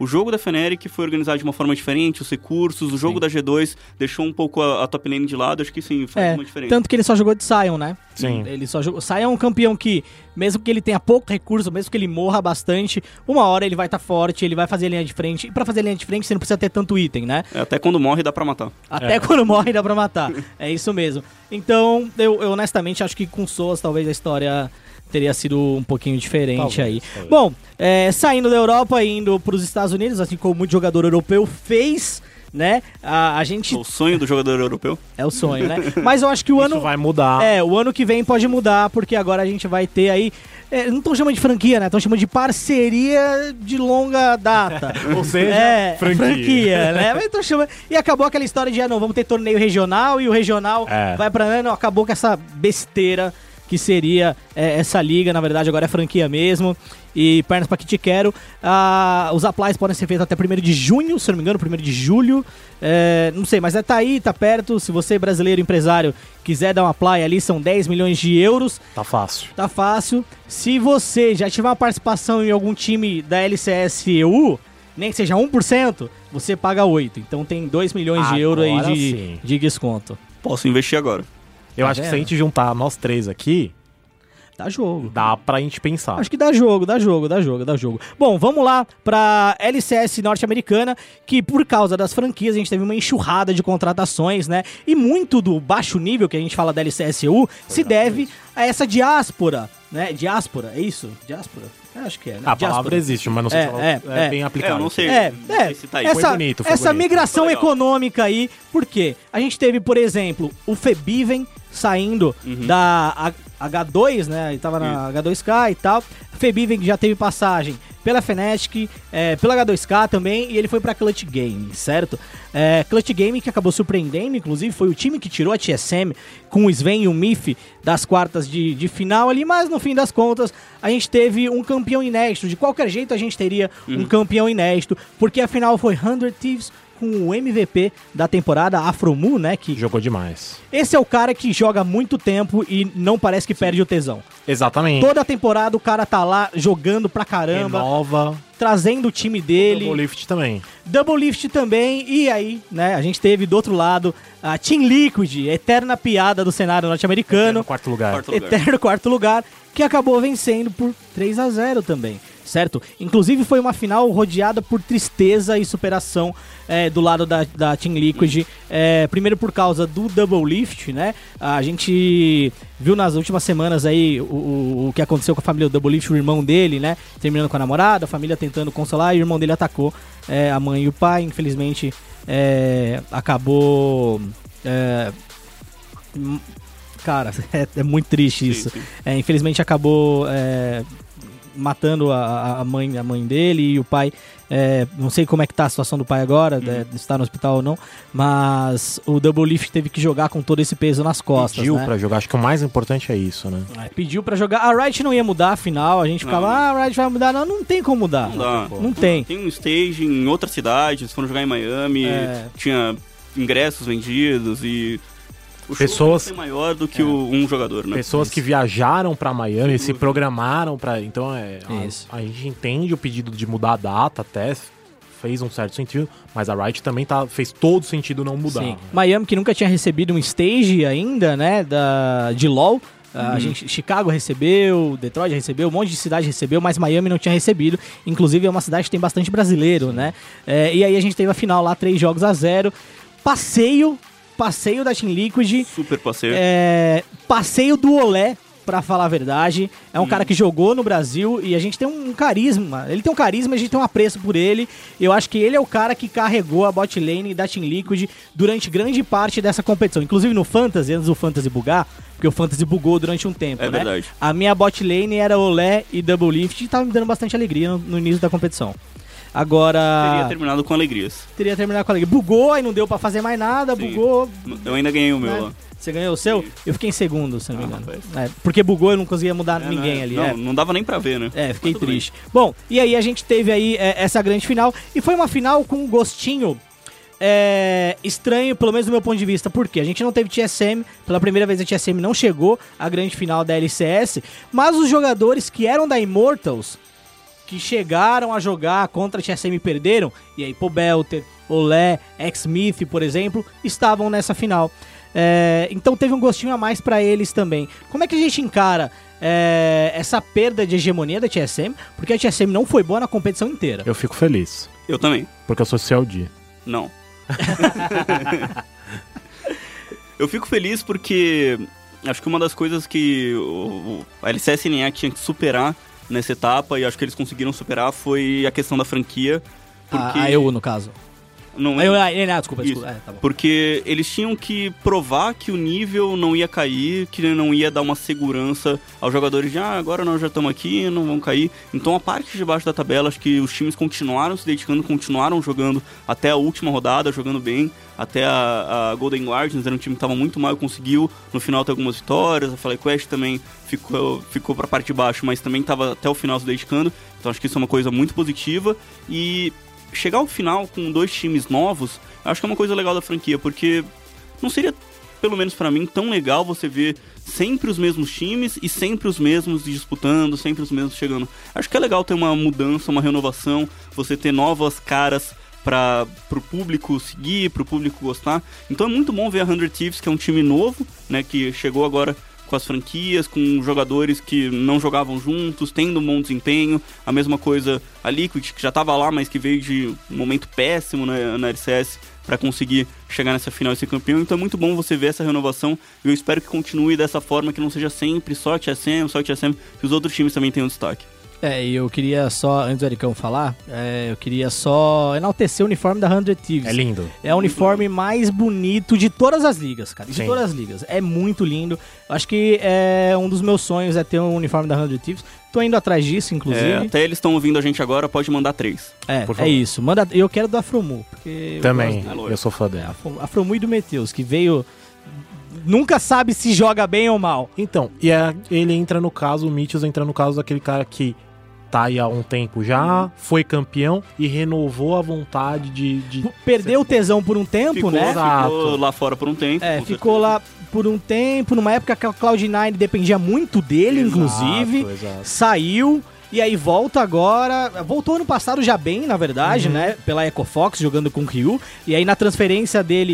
o jogo da Fnatic foi organizado de uma forma diferente, os recursos, o jogo sim. da G dois deixou um pouco a, a top lane de lado, acho que sim, faz
é,
uma diferença.
Tanto que ele só jogou de Sion, né?
Sim.
Ele só jogou... Sion é um campeão que, mesmo que ele tenha pouco recurso, mesmo que ele morra bastante, uma hora ele vai estar tá forte, ele vai fazer linha de frente, e pra fazer linha de frente você não precisa ter tanto item, né?
É, até quando morre dá pra matar.
Até
é.
quando morre dá pra matar, é isso mesmo. Então, eu, eu honestamente acho que com Soas talvez a história teria sido um pouquinho diferente talvez, aí. Talvez. Bom, é, saindo da Europa e indo pros Estados Unidos, assim como muito jogador europeu fez... Né? A, a gente...
O sonho do jogador europeu.
É o sonho, né? Mas eu acho que o ano...
Isso vai mudar.
É, o ano que vem pode mudar, porque agora a gente vai ter aí... É, não estão chamando de franquia, né? Estão chamando de parceria de longa data.
Ou seja,
é,
franquia.
franquia, né? Mas tão chamando... E acabou aquela história de, ah, não, vamos ter torneio regional e o regional
é. vai
pra... Não, acabou com essa besteira que seria é, essa liga, na verdade agora é franquia mesmo. E pernas pra que te quero. Ah, os applies podem ser feitos até primeiro de junho, se não me engano, primeiro de julho. É, não sei, mas é, tá aí, tá perto. Se você, brasileiro empresário, quiser dar um apply ali, são dez milhões de euros.
Tá fácil.
Tá fácil. Se você já tiver uma participação em algum time da L C S E U, nem que seja um por cento, você paga oito. Então tem dois milhões de euros aí de, de desconto.
Posso investir agora.
Eu
tá
acho
vendo?
que se a gente juntar nós três aqui,
dá jogo.
Dá pra gente pensar.
Acho que dá jogo, dá jogo, dá jogo, dá jogo. Bom, vamos lá pra L C S norte-americana, que por causa das franquias a gente teve uma enxurrada de contratações, né? E muito do baixo nível que a gente fala da L C S U se deve a essa diáspora, né? Diáspora, é isso? Diáspora? Eu acho que é, né?
A
Diáspora.
palavra existe, mas não sei
É,
se ela
é,
é,
é.
bem aplicável.
É, eu não sei.
É,
não
é.
sei se tá aí.
Essa,
Foi bonito, foi
essa
bonito.
migração
Foi legal.
econômica aí, por quê? A gente teve, por exemplo, o Febiven saindo
Uhum.
da H dois, né? Ele tava na H dois K e tal. Febiven que já teve passagem pela Fnatic, é, pela H dois K também, e ele foi pra Clutch Game, certo? É, Clutch Game que acabou surpreendendo, inclusive, foi o time que tirou a T S M com o Sven e o Miff das quartas de, de final ali, mas no fim das contas, a gente teve um campeão inédito. De qualquer jeito, a gente teria
Uhum.
um campeão inédito, porque a final foi cem Thieves com o M V P da temporada, Afromu, né? Que
Jogou demais.
esse é o cara que joga muito tempo e não parece que perde o tesão.
Exatamente.
Toda a temporada o cara tá lá jogando pra caramba,
Renova.
trazendo o time dele.
Double Lift também.
Double Lift também, e aí, né, a gente teve do outro lado a Team Liquid, eterna piada do cenário norte-americano,
No quarto lugar.
Quarto lugar.
eterno quarto lugar, que acabou vencendo por três a zero também, certo? Inclusive foi uma final rodeada por tristeza e superação é, do lado da, da Team Liquid, é, primeiro por causa do Double Lift, né? A gente viu nas últimas semanas aí o, o, o que aconteceu com a família do Double Lift, o irmão dele, né? Terminando com a namorada, a família tentando consolar, e o irmão dele atacou é, a mãe e o pai, infelizmente é, acabou... É, cara, é, é muito triste isso.
Sim, sim.
É, infelizmente acabou é, matando a, a, mãe, a mãe dele e o pai. É, não sei como é que tá a situação do pai agora,
Uhum.
é, se tá no hospital ou não, mas o Double Lift teve que jogar com todo esse peso nas costas,
Pediu
né?
pra jogar. Acho que o mais importante é isso, né?
É, pediu pra jogar. A Riot não ia mudar, afinal. A gente ficava,
Não.
ah, a Riot vai mudar. Não, não tem como mudar.
Não dá.
Não tem.
Tem um stage em outra cidade, eles foram jogar em Miami,
É.
tinha ingressos vendidos e... O show
Pessoas-
tem que ser maior do que o, um jogador, né?
Pessoas que viajaram pra Miami, se
dúvida.
programaram pra. Então, é,
Isso.
a, a gente entende o pedido de mudar a data até. Fez um certo sentido, mas a Riot também tá, fez todo sentido não mudar.
Sim. Miami, que nunca tinha recebido um stage ainda, né, da, de LoL. A gente, Chicago recebeu, Detroit recebeu, um monte de cidade recebeu, mas Miami não tinha recebido. Inclusive é uma cidade que tem bastante brasileiro, né? É, e aí a gente teve a final lá, três jogos a zero. Passeio, passeio da Team Liquid.
Super passeio.
É, passeio do Olé, pra falar a verdade. É um
Hum.
cara que jogou no Brasil e a gente tem um carisma. Ele tem um carisma, a gente tem um apreço por ele. Eu acho que ele é o cara que carregou a bot lane da Team Liquid durante grande parte dessa competição. Inclusive no Fantasy, antes do Fantasy bugar, porque o Fantasy bugou durante um tempo,
É
né?
verdade.
A minha bot lane era Olé e Double Lift e tava me dando bastante alegria no, no início da competição. Agora...
Teria terminado com alegrias.
Teria terminado com a alegria. Bugou, aí não deu pra fazer mais nada,
Sim.
bugou...
Eu ainda ganhei o meu
né?
lá.
Você ganhou o seu?
Sim.
Eu fiquei em segundo, se não me
Ah,
engano.
rapaz.
É, porque bugou, eu não conseguia mudar
É,
ninguém
né?
ali.
Não,
é.
não dava nem pra ver, né?
É, fiquei
Mas tudo
triste. Bom, e aí a gente teve aí é, essa grande final, e foi uma final com um gostinho é, estranho, pelo menos do meu ponto de vista, porque a gente não teve T S M, pela primeira vez a T S M não chegou à grande final da L C S, mas os jogadores que eram da Immortals, que chegaram a jogar contra a T S M e perderam, e aí Pobelter, Olé, X-Smith, por exemplo, estavam nessa final. É, então teve um gostinho a mais pra eles também. Como é que a gente encara é, essa perda de hegemonia da T S M? Porque a T S M não foi boa na competição inteira.
Eu fico feliz.
Eu também.
Porque eu sou C L D.
Não. Eu fico feliz porque acho que uma das coisas que o, a L C S N A tinha que superar nessa etapa, e acho que eles conseguiram superar, foi a questão da franquia. Porque...
A, a E U, no caso.
Não,
a, a, a, desculpa,
isso,
desculpa. É, tá bom.
Porque eles tinham que provar que o nível não ia cair, que não ia dar uma segurança aos jogadores de, ah, agora nós já estamos aqui, não vão cair. Então a parte de baixo da tabela, acho que os times continuaram se dedicando, continuaram jogando até a última rodada, jogando bem. Até a, a Golden Guardians era um time que estava muito mal e conseguiu no final ter algumas vitórias. A FlyQuest também ficou, ficou para a parte de baixo, mas também estava até o final se dedicando. Então acho que isso é uma coisa muito positiva. E chegar ao final com dois times novos, acho que é uma coisa legal da franquia, porque não seria, pelo menos pra mim, tão legal você ver sempre os mesmos times e sempre os mesmos disputando, sempre os mesmos chegando. Acho que é legal ter uma mudança, uma renovação, você ter novas caras para pro público seguir, pro público gostar. Então é muito bom ver a hundred Thieves, que é um time novo, né, que chegou agora com as franquias, com jogadores que não jogavam juntos, tendo um bom desempenho. A mesma coisa a Liquid, que já estava lá, mas que veio de um momento péssimo na, na L C S para conseguir chegar nessa final e ser campeão. Então é muito bom você ver essa renovação, e eu espero que continue dessa forma, que não seja sempre só T S M, só T S M, que os outros times também tenham destaque.
É, e eu queria só, antes do Ericão falar, é, eu queria só enaltecer o uniforme da hundred Thieves.
É lindo.
É o uniforme mais bonito de todas as ligas, cara. De
Sim.
todas as ligas. É muito lindo. Acho que é um dos meus sonhos é ter um uniforme da hundred Thieves. Tô indo atrás disso, inclusive.
É, até eles estão ouvindo a gente agora, pode mandar três.
É, é isso. Manda, eu quero do Afromu. Porque
Também,
eu,
eu, eu sou fã dela.
É, Afromu e do Meteus, que veio... Nunca sabe se joga bem ou mal.
Então, e é, ele entra no caso, o Mitchell entra no caso daquele cara que tá aí há um tempo já, foi campeão e renovou a vontade de... de...
Perdeu o tesão por um tempo,
ficou,
né?
Ficou lá fora por um tempo.
É, ficou certeza. lá por um tempo, numa época que a Cloud nine dependia muito dele, exato, inclusive. Exato. Saiu, e aí volta agora. Voltou ano passado já bem, na verdade, uhum. né? Pela EcoFox, jogando com o Ryu. E aí na transferência dele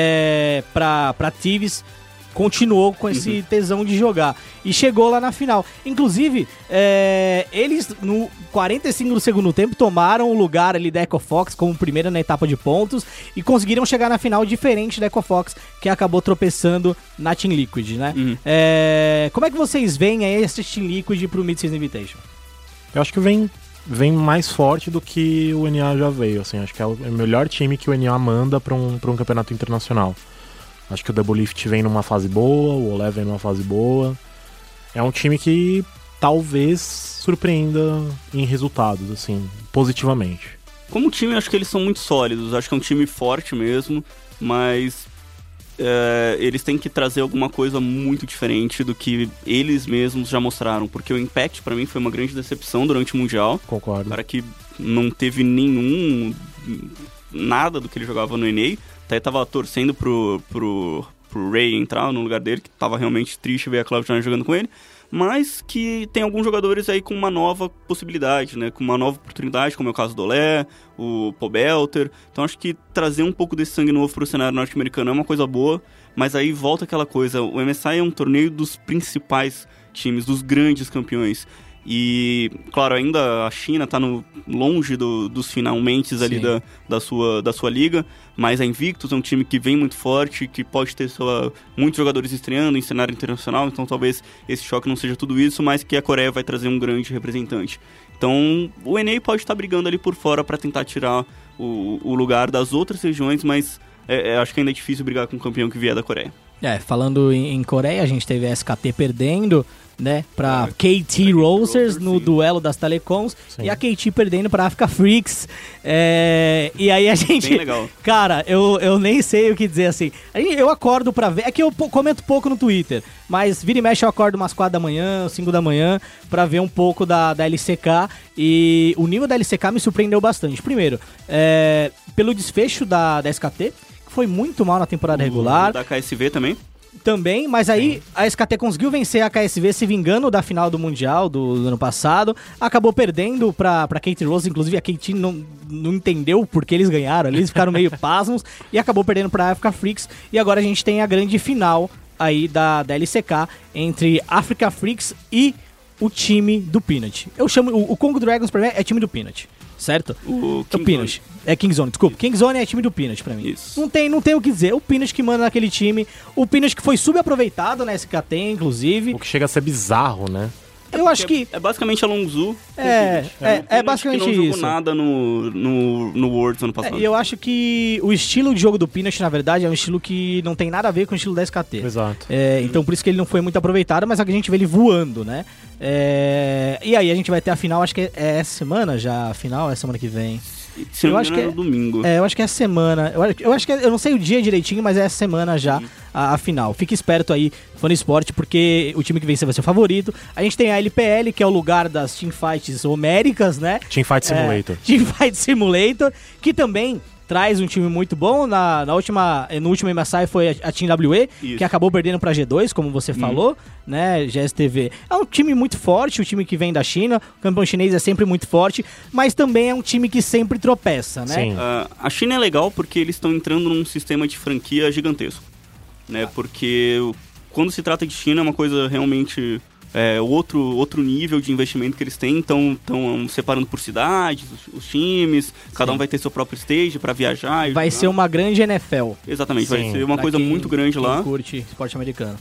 é, pra, pra Thieves, continuou com esse uhum. tesão de jogar. E chegou lá na final. Inclusive, é, eles no quarenta e cinco do segundo tempo tomaram o lugar ali da EcoFox como primeira na etapa de pontos e conseguiram chegar na final diferente da EcoFox, que acabou tropeçando na Team Liquid, né? Uhum. É, como é que vocês veem aí esse Team Liquid pro Mid-Season Invitation?
Eu acho que vem, vem mais forte do que o N A já veio, assim. Acho que é o melhor time que o N A manda pra um, pra um campeonato internacional. Acho que o Double Lift vem numa fase boa, o Olé vem numa fase boa. É um time que talvez surpreenda em resultados, assim, positivamente.
Como time, acho que eles são muito sólidos. Acho que é um time forte mesmo, mas é, eles têm que trazer alguma coisa muito diferente do que eles mesmos já mostraram. Porque o Impact, pra mim, foi uma grande decepção durante o Mundial.
Concordo.
O cara que não teve nenhum... nada do que ele jogava no N A. Até tava torcendo pro, pro, pro Ray entrar no lugar dele, que tava realmente triste ver a Cloud nine jogando com ele, mas que tem alguns jogadores aí com uma nova possibilidade, né, com uma nova oportunidade, como é o caso do Olé, o Pobelter. Então acho que trazer um pouco desse sangue novo pro cenário norte-americano é uma coisa boa, mas aí volta aquela coisa, o M S I é um torneio dos principais times, dos grandes campeões. E, claro, ainda a China está longe do, dos finalmente ali da, da, sua, da sua liga, mas a Invictus é um time que vem muito forte, que pode ter sua, muitos jogadores estreando em cenário internacional, então talvez esse choque não seja tudo isso, mas que a Coreia vai trazer um grande representante. Então o N A pode estar brigando ali por fora para tentar tirar o, o lugar das outras regiões, mas é, é, acho que ainda é difícil brigar com um campeão que vier da Coreia. É,
falando em, em Coreia, a gente teve a S K T perdendo, né, pra é, K T Rosers no sim. duelo das Telecoms, sim. e a K T perdendo pra Africa Freaks. É, e aí a gente...
Bem legal.
Cara, eu, eu nem sei o que dizer, assim. Eu acordo pra ver... É que eu comento pouco no Twitter, mas vira e mexe eu acordo umas quatro da manhã, cinco da manhã, pra ver um pouco da, da L C K, e o nível da L C K me surpreendeu bastante. Primeiro, é, pelo desfecho da, da S K T, que foi muito mal na temporada
o,
regular.
Da K S V também.
também, mas aí a S K T conseguiu vencer a K S V se vingando da final do Mundial do, do ano passado, acabou perdendo pra, pra Kate Rose, inclusive a Kate não, não entendeu por que eles ganharam, eles ficaram meio pasmos, e acabou perdendo pra Africa Freaks, e agora a gente tem a grande final aí da, da L C K entre Africa Freaks e o time do Peanut. Eu chamo, o, o Congo Dragons pra mim é time do Peanut, certo?
O
é o Peanut. É Kingzone, desculpa. Kingzone é time do Peanut pra mim.
Isso.
Não tem, não tem o que dizer. O Peanut que manda naquele time. O Peanut que foi subaproveitado na S K T, inclusive.
O que chega a ser bizarro, né?
Eu acho que...
É basicamente a Longzhu.
É, é, é basicamente
que não
isso.
jogou nada no, no, no Worlds ano passado.
É, eu acho que o estilo de jogo do Peanut, na verdade, é um estilo que não tem nada a ver com o estilo da S K T.
Exato.
É, então por isso que ele não foi muito aproveitado, mas a gente vê ele voando, né? É, e aí a gente vai ter a final, acho que é essa semana já, a final é semana que vem.
Se não
eu
me
acho que
engano,
é
é no domingo.
É, eu acho que é semana. Eu, eu acho que é, eu não sei o dia direitinho, mas é essa semana já a, a final. Fique esperto aí, fã do esporte, porque o time que vencer vai ser o favorito. A gente tem a L P L, que é o lugar das teamfights homéricas, né?
Teamfight Simulator.
É, Teamfight Simulator, que também traz um time muito bom. Na, na última, no último M S I foi a, a Team W E,
Isso.
que acabou perdendo pra G dois, como você hum. falou, né? G S T V. É um time muito forte, o time que vem da China. O campeão chinês é sempre muito forte, mas também é um time que sempre tropeça, né?
Sim.
Uh, a China é legal porque eles estão entrando num sistema de franquia gigantesco, né? Porque quando se trata de China é uma coisa realmente... É, outro, outro nível de investimento que eles têm, então estão separando por cidades, os, os times, Sim. cada um vai ter seu próprio stage para viajar.
Vai
jogar.
ser uma grande N F L.
Exatamente,
Sim.
vai ser uma
pra
coisa
quem,
muito grande
quem
lá.
Curte esporte americano.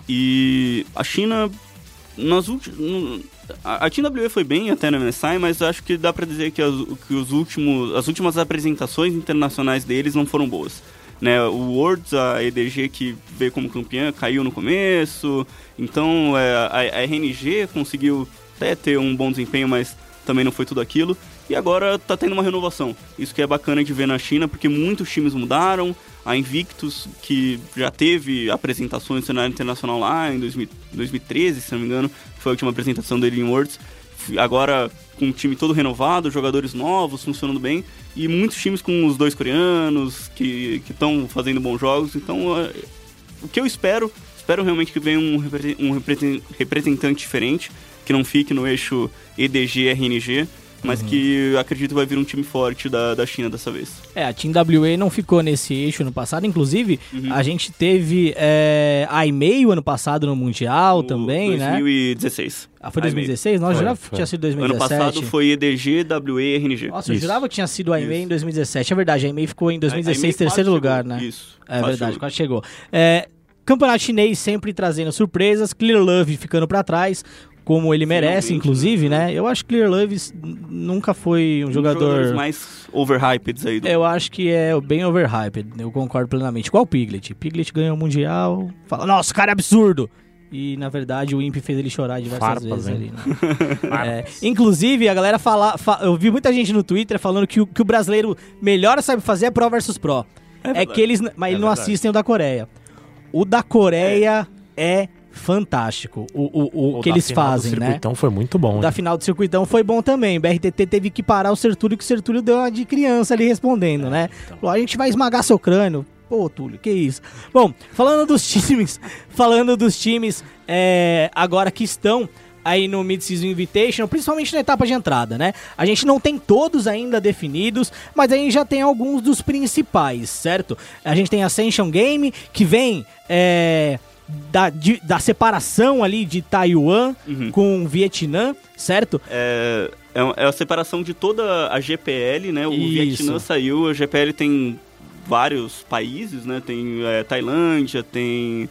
E a China, nas últimas, a, a Team W E foi bem até no M S I, mas acho que dá para dizer que, as, que os últimos, as últimas apresentações internacionais deles não foram boas. Né, o Worlds, a E D G que veio como campeã, caiu no começo, então é, a, a R N G conseguiu até ter um bom desempenho, mas também não foi tudo aquilo, e agora tá tendo uma renovação. Isso que é bacana de ver na China, porque muitos times mudaram, a Invictus, que já teve apresentações no cenário internacional lá em dois mil, dois mil e treze, se não me engano, foi a última apresentação dele em Worlds, agora com o time todo renovado, jogadores novos, funcionando bem, e muitos times com os dois coreanos que estão fazendo bons jogos. Então, uh, o que eu espero, espero realmente que venha um, repre- um repre- representante diferente, que não fique no eixo E D G R N G, mas uhum. que acredito que vai vir um time forte da, da China dessa vez.
É, a Team W A não ficou nesse eixo no passado, inclusive uhum. a gente teve é, a I M E I ano passado no Mundial no também,
dois mil e dezesseis.
Né? Ah, foi dois mil e dezesseis? Nossa, eu jurava que tinha sido dois mil e dezessete.
Ano passado foi E D G, W A e R N G.
Nossa, eu
Isso.
jurava que tinha sido a I M E I
Isso.
em dois mil e dezessete. É verdade, a I M E I ficou em dois mil e dezesseis, terceiro lugar,
chegou.
né?
Isso.
É
quase
verdade,
chegou.
quase chegou. É, campeonato chinês sempre trazendo surpresas, Clear Love ficando pra trás, como ele merece, Finalmente, inclusive, né? né? Eu acho que Clear Love nunca foi um, um jogador...
dos mais overhyped aí. Do...
Eu acho que é bem overhyped, eu concordo plenamente. Igual o Piglet. Piglet ganhou o Mundial, fala, nossa, o cara é absurdo! E, na verdade, o Imp fez ele chorar diversas
Farpas,
vezes
hein?
ali, né? é, inclusive, a galera fala, fa... Eu vi muita gente no Twitter falando que o, que o brasileiro melhor sabe fazer é Pro versus Pro. É, é que eles... Mas é eles não verdade. assistem o da Coreia. O da Coreia é... é fantástico o, o, o, o que eles fazem, né? O
circuitão foi muito bom.
O da final do circuitão foi bom também. O B R T T teve que parar o Sertúlio, que o Sertúlio deu uma de criança ali respondendo, é, né? Então. Falou, a gente vai esmagar seu crânio. Pô, Túlio, que isso? Bom, falando dos times, falando dos times é, agora que estão aí no Mid-Season Invitational, principalmente na etapa de entrada, né? A gente não tem todos ainda definidos, mas a gente já tem alguns dos principais, certo? A gente tem a Ascension Game, que vem... É, Da, de, da separação ali de Taiwan uhum. com o Vietnã, certo?
É, é a separação de toda a G P L, né? O Isso. Vietnã saiu, a G P L tem vários países, né? Tem é, Tailândia, tem...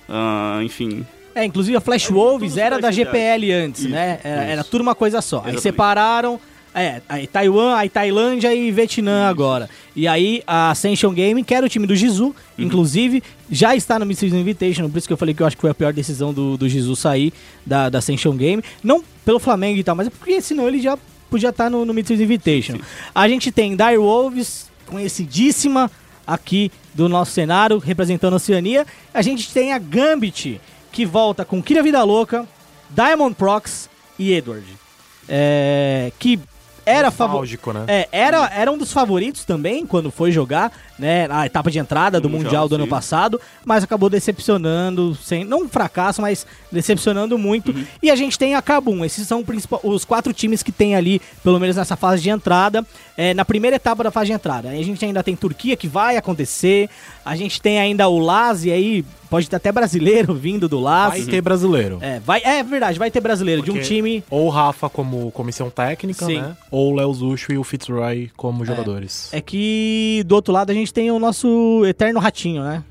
Uh, enfim...
É, inclusive a Flash é, Wolves era da G P L antes, isso, né? Era, era tudo uma coisa só. Exatamente. Aí separaram... É, aí Taiwan, aí Tailândia e Vietnã Isso. agora. E aí a Ascension Gaming, que era o time do Jizu, uhum. inclusive, já está no Mid-Season Invitational, por isso que eu falei que eu acho que foi a pior decisão do, do Jizu sair da, da Ascension Game. Não pelo Flamengo e tal, mas é porque senão ele já podia estar no, no Mid-Season Invitational. Sim. A gente tem Dire Wolves, conhecidíssima aqui do nosso cenário, representando a Oceania. A gente tem a Gambit, que volta com Kira Vida Louca, Diamond Prox e Edward. É, que... era favor...
Nostálgico, né?
É, era, era um dos favoritos também quando foi jogar, né, na etapa de entrada do
Mundial,
Mundial do
sim.
ano passado, mas acabou decepcionando, sem, não um fracasso, mas decepcionando muito.
Uhum.
E a gente tem a Kabum, esses são principal, os quatro times que tem ali, pelo menos nessa fase de entrada, é, na primeira etapa da fase de entrada. Aí a gente ainda tem Turquia, que vai acontecer, a gente tem ainda o Lazio aí, pode ter até brasileiro vindo do Lazio.
Vai ter brasileiro.
É, vai, é verdade, vai ter brasileiro de um
Porque
time...
Ou o Rafa como comissão técnica,
Sim.
né? Ou o Léo Zucho e o Fitzroy como jogadores.
É que do outro lado a gente tem o nosso eterno ratinho, né?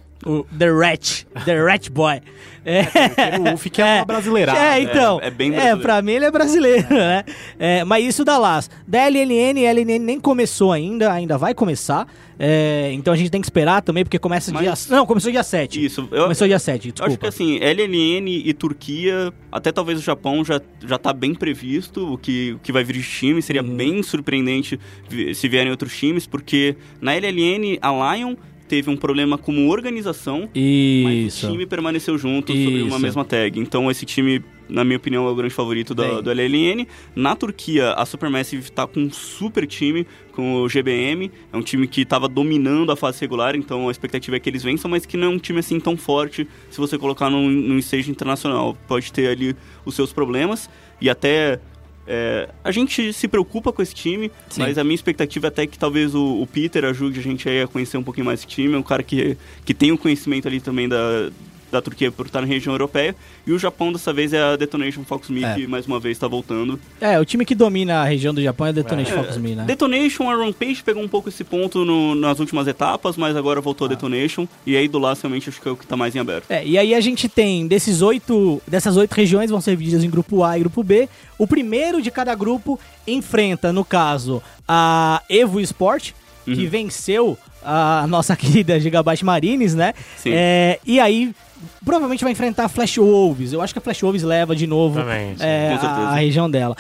O The Rat, The Rat Boy. É,
O Uf, que é uma brasileirada.
É, então.
É- é bem
É,
brasileiro.
pra mim ele é brasileiro, né? É, mas isso da L A S. Da L N N, a L N N nem começou ainda, ainda vai começar. É, então a gente tem que esperar também, porque começa
Mas-
dia... Não, começou dia sete.
Isso, eu-
Começou dia sete,
Eu
desculpa.
acho que assim, L N N e Turquia, até talvez o Japão já, já tá bem previsto o que, o que vai vir de time. Seria
Uhum.
bem surpreendente vi- se vierem outros times, porque na L L N a Lion teve um problema como organização, mas
Isso.
o time permaneceu junto sobre uma
Isso.
mesma tag. Então esse time, na minha opinião, é o grande favorito da-
Bem.
do L L N. Na Turquia, a Supermassive tá com um super time, com o G B M. É um time que tava dominando a fase regular, então a expectativa é que eles vençam, mas que não é um time assim tão forte se você colocar num, num stage internacional. Pode ter ali os seus problemas e até... É, a gente se preocupa com esse time,
Sim.
mas a minha expectativa é até que talvez o, o Peter ajude a gente aí a conhecer um pouquinho mais esse time. É um cara que, que tem o conhecimento ali também da, da Turquia por estar na região europeia. E o Japão dessa vez é a Detonation Fox-Me,
É.
que mais uma vez está voltando.
É, o time que domina a região do Japão é Detonation
É,
Fox Me, né?
Detonation, a Rampage pegou um pouco esse ponto no- nas últimas etapas, mas agora voltou a Detonation. E aí do lado realmente acho que é o que está mais em aberto.
É, e aí a gente tem, desses oito, dessas oito regiões vão ser divididas em grupo A e grupo B. O primeiro de cada grupo enfrenta, no caso, a Evo Sport, que
Uhum.
venceu a nossa querida Gigabyte Marines, né?
Sim.
É, e aí, provavelmente vai enfrentar a Flash Wolves. Eu acho que a Flash Wolves leva de novo
Também, sim,
é,
com
a,
certeza.
a região dela.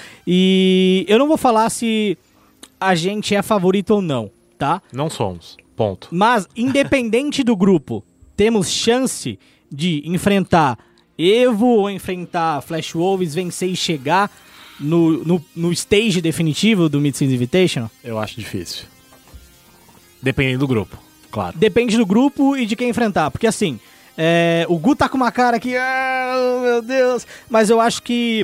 E eu não vou falar se a gente é favorito ou não, tá?
Não somos. Ponto.
Mas, independente do grupo, temos chance de enfrentar Evo ou enfrentar Flash Wolves, vencer e chegar no, no, no stage definitivo do Mid-Season Invitational?
Eu acho difícil. Dependendo do grupo, claro.
Depende do grupo e de quem enfrentar. Porque assim, é, o Gu tá com uma cara que... Ah, meu Deus! Mas eu acho que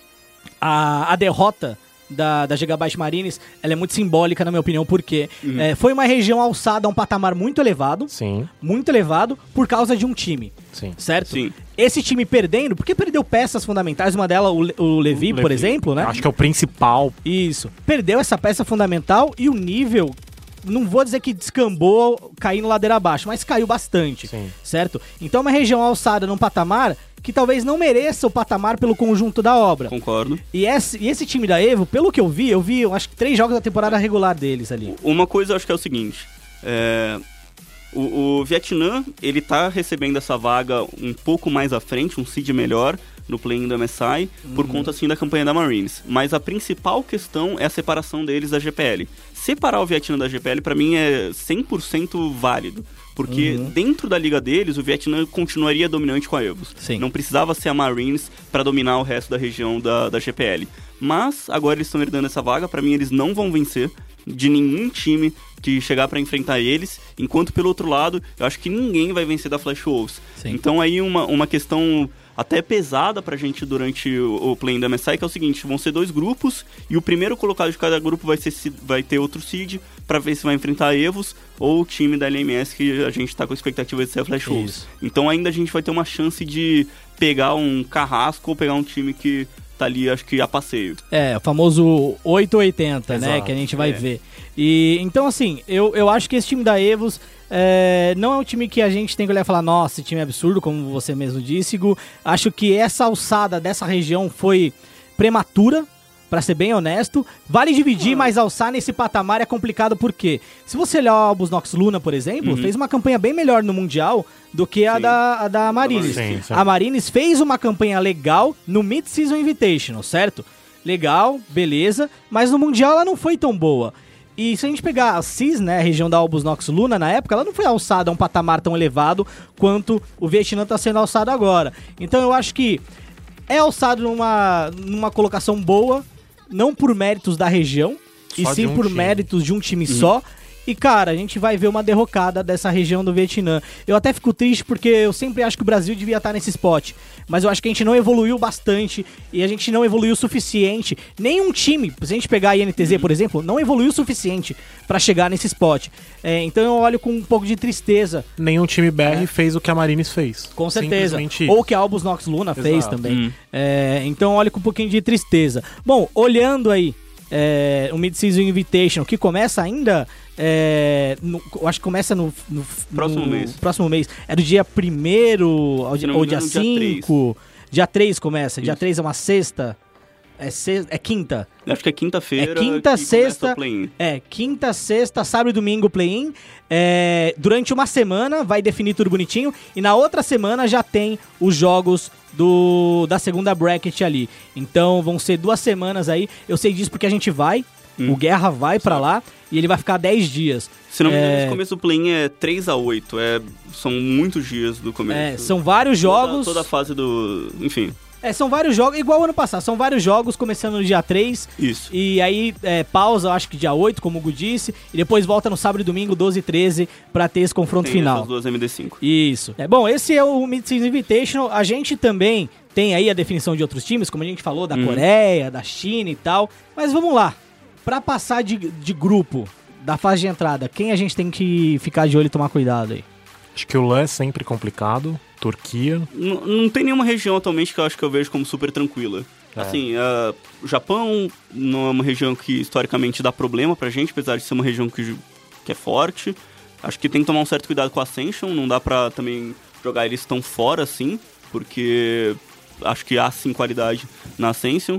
a, a derrota da, da Gigabyte Marines, ela é muito simbólica, na minha opinião, porque é, foi uma região alçada a um patamar muito elevado,
Sim,
muito elevado, por causa de um time.
sim.
Certo?
Sim.
Esse time perdendo, porque perdeu peças fundamentais, uma delas, o, Le- o Levi, por
Levi.
exemplo, né?
Acho que é o principal.
Isso. Perdeu essa peça fundamental e o nível, não vou dizer que descambou, caindo ladeira abaixo, mas caiu bastante.
Sim.
Certo? Então é uma região alçada num patamar que talvez não mereça o patamar pelo conjunto da obra.
Concordo.
E esse, e esse time da Evo, pelo que eu vi, eu vi, eu acho que três jogos da temporada regular deles ali.
Uma coisa eu acho que é o seguinte, é, o, o Vietnã, ele tá recebendo essa vaga um pouco mais à frente, um seed melhor no play-in do M S I, por conta assim da campanha da Marines. Mas a principal questão é a separação deles da G P L. Separar o Vietnã da G P L pra mim é cem por cento válido. Porque dentro da liga deles, o Vietnã continuaria dominante com a Evos.
Sim.
Não precisava ser a Marines para dominar o resto da região da, da G P L. Mas agora eles estão herdando essa vaga. Para mim, eles não vão vencer de nenhum time que chegar para enfrentar eles. Enquanto, pelo outro lado, eu acho que ninguém vai vencer da Flash Wolves.
Sim.
Então, aí uma, uma questão até pesada pra gente durante o, o play-in da M S I, que é o seguinte, vão ser dois grupos, e o primeiro colocado de cada grupo vai, ser, vai ter outro seed, pra ver se vai enfrentar a Evos, ou o time da L M S, que a gente tá com a expectativa de ser a Flash Wolves.
Isso.
Então ainda a gente vai ter uma chance de pegar um carrasco, ou pegar um time que tá ali, acho que a passeio.
É, o famoso oito ou oitenta, né?
Exato,
Que a gente vai
é.
ver. E então, assim, eu, eu acho que esse time da Evos é, não é um time que a gente tem que olhar e falar, nossa, esse time é absurdo, como você mesmo disse, Gu. Acho que essa alçada dessa região foi prematura, pra ser bem honesto. Vale dividir, mas alçar nesse patamar é complicado porque, se você olhar o Albus Nox Luna, por exemplo,
Uhum.
fez uma campanha bem melhor no Mundial do que a
Sim.
da, a da Marines.
Sim, sim.
A Marines fez uma campanha legal no Mid-Season Invitational, certo? Legal, beleza, mas no Mundial ela não foi tão boa. E se a gente pegar a C I S, né, a região da Albus Nox Luna, na época, ela não foi alçada a um patamar tão elevado quanto o Vietnã está sendo alçado agora. Então eu acho que é alçado numa, numa colocação boa, não por méritos da região,
Só
e sim
um
por
time.
méritos de um time só. E, cara, a gente vai ver uma derrocada dessa região do Vietnã. Eu até fico triste porque eu sempre acho que o Brasil devia estar nesse spot. Mas eu acho que a gente não evoluiu bastante e a gente não evoluiu o suficiente. Nenhum time, se a gente pegar a I N T Z, por exemplo, não evoluiu o suficiente pra chegar nesse spot. É, então eu olho com um pouco de tristeza.
Nenhum time B R
É.
fez o que a Marines fez.
Com certeza.
Simplesmente
Ou que a Albus Nox Luna
Exato.
fez também.
Hum.
É, então olha com um pouquinho de tristeza. Bom, olhando aí é, o Mid-Season Invitation, que começa ainda... É, no, eu acho que começa no, no,
Próximo
no
mês.
próximo mês. É do dia primeiro ou,
Se não me
ou dia
engano, dia
cinco. Dia três começa. Dia
Isso.
três é uma sexta. É, sexta, é quinta.
Acho que é quinta-feira.
É quinta,
que
sexta-
começa o play-in.
É, quinta, sexta, sábado e domingo play-in. É, durante uma semana vai definir tudo bonitinho. E na outra semana já tem os jogos do, da segunda bracket ali. Então vão ser duas semanas aí. Eu sei disso porque a gente vai.
Hum.
O Guerra vai pra lá e ele vai ficar dez dias.
Se não me engano,
É.
esse começo do play-in é três a oito. É, são muitos dias do começo.
É, são vários
Toda-
jogos.
Toda a fase do... Enfim,
É, são vários jogos, igual ano passado. São vários jogos começando no dia três.
isso.
E aí é, pausa, eu acho que dia oito, como o Gu disse. E depois volta no sábado e domingo, doze e treze, pra ter esse confronto
Tem
final.
essas duas M D cinco.
Isso. É, bom, esse é o Mid-Season Invitational. A gente também tem aí a definição de outros times, como a gente falou, da
Uhum.
Coreia, da China e tal. Mas vamos lá. Pra passar de, de grupo, da fase de entrada, quem a gente tem que ficar de olho e tomar cuidado aí?
Acho que o L A é sempre complicado. Turquia.
N- não tem nenhuma região atualmente que eu acho que eu vejo como super tranquila.
É.
Assim, ah, o Japão não é uma região que historicamente dá problema pra gente, apesar de ser uma região que, que é forte. Acho que tem que tomar um certo cuidado com a Ascension, não dá pra também jogar eles tão fora assim, porque acho que há sim qualidade na Ascension,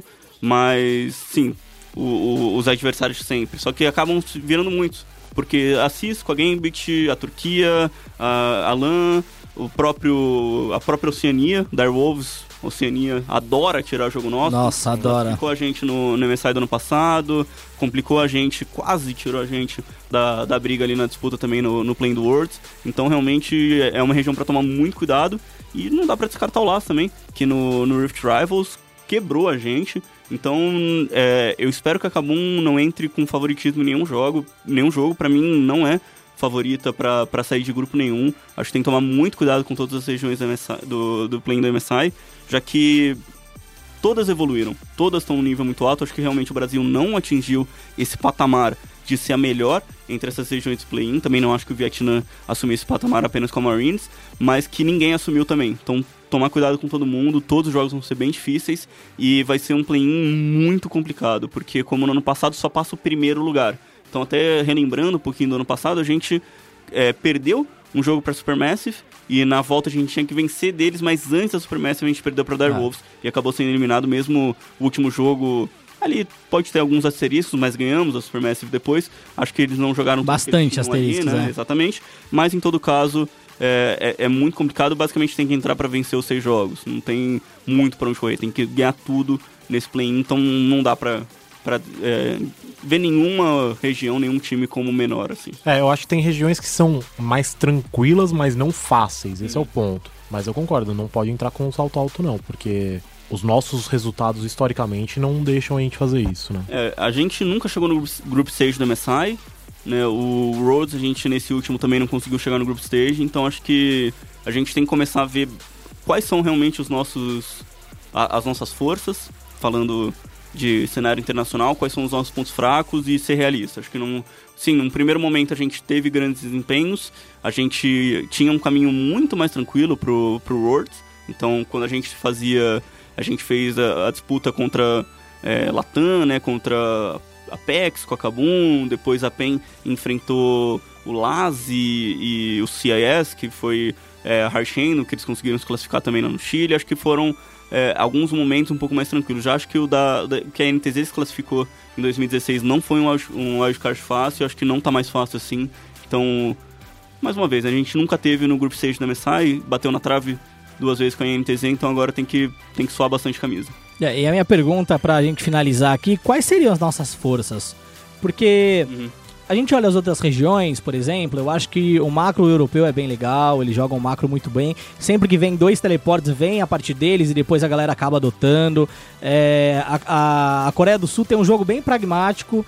mas sim, o- o- os adversários sempre, só que acabam se virando muitos, porque a Cisco, a Gambit, a Turquia, a, a LAN, o próprio, a própria Oceania, Direwolves, Oceania adora tirar jogo nosso.
Nossa, adora.
Complicou a gente no, no M S I do ano passado, complicou a gente, quase tirou a gente da, da briga ali na disputa também no, no Play do Worlds. Então realmente é uma região para tomar muito cuidado e não dá para descartar o L A S também, que no, no Rift Rivals quebrou a gente. Então é, eu espero que a Kabum não entre com favoritismo em nenhum jogo. Nenhum jogo, para mim, não é favorita para sair de grupo nenhum. Acho que tem que tomar muito cuidado com todas as regiões do, M S I, do, do play do M S I, já que todas evoluíram, todas estão num nível muito alto. Acho que realmente o Brasil não atingiu esse patamar de ser a melhor entre essas regiões de play-in. Também não acho que o Vietnã assumiu esse patamar apenas com a Marines, mas que ninguém assumiu também. Então, tomar cuidado com todo mundo, todos os jogos vão ser bem difíceis e vai ser um play-in muito complicado, porque como no ano passado só passa o primeiro lugar. Então, até relembrando um pouquinho do ano passado, a gente é, perdeu um jogo para Supermassive e na volta a gente tinha que vencer deles, mas antes da Supermassive a gente perdeu para Direwolves
Ah.
e acabou sendo eliminado mesmo o último jogo. Ali pode ter alguns asteriscos, mas ganhamos a Supermassive depois. Acho que eles não jogaram tudo que eles
Bastante
tinham ali,
asteriscos,
né?
é.
Exatamente. Mas em todo caso, é, é, é muito complicado. Basicamente tem que entrar para vencer os seis jogos. Não tem muito para onde correr. Tem que ganhar tudo nesse play-in. Então não dá para para é, ver nenhuma região, nenhum time como menor, assim.
É, eu acho que tem regiões que são mais tranquilas, mas não fáceis. Esse é o ponto. Mas eu concordo, não pode entrar com um salto alto, não, porque os nossos resultados historicamente não deixam a gente fazer isso, né?
É, a gente nunca chegou no Group Stage do M S I, né? O Rhodes, a gente nesse último também não conseguiu chegar no Group Stage, então acho que a gente tem que começar a ver quais são realmente os nossos, a, as nossas forças, falando de cenário internacional, quais são os nossos pontos fracos e ser realista. Acho que não, sim, num primeiro momento a gente teve grandes desempenhos, a gente tinha um caminho muito mais tranquilo pro, pro Worlds, então quando a gente fazia, a gente fez a, a disputa contra é, Latam, né, contra a PEX com a Kabum, depois a PEN enfrentou o L A S e, e o C I S, que foi é, a Harshendo, que eles conseguiram se classificar também no Chile. Acho que foram é, alguns momentos um pouco mais tranquilos. Já acho que o da, da que a N T Z se classificou em dois mil e dezesseis não foi um, um wildcard fácil, acho que não tá mais fácil assim. Então, mais uma vez, a gente nunca teve no Group Stage da M S I, bateu na trave duas vezes com a N T Z, então agora tem que, tem que suar bastante camisa.
É, e a minha pergunta pra gente finalizar aqui, quais seriam as nossas forças? Porque
Uhum.
a gente olha as outras regiões, por exemplo, eu acho que o macro europeu é bem legal, eles jogam o macro muito bem. Sempre que vem dois teleportes, vem a partir deles e depois a galera acaba adotando. É, a, a, a Coreia do Sul tem um jogo bem pragmático,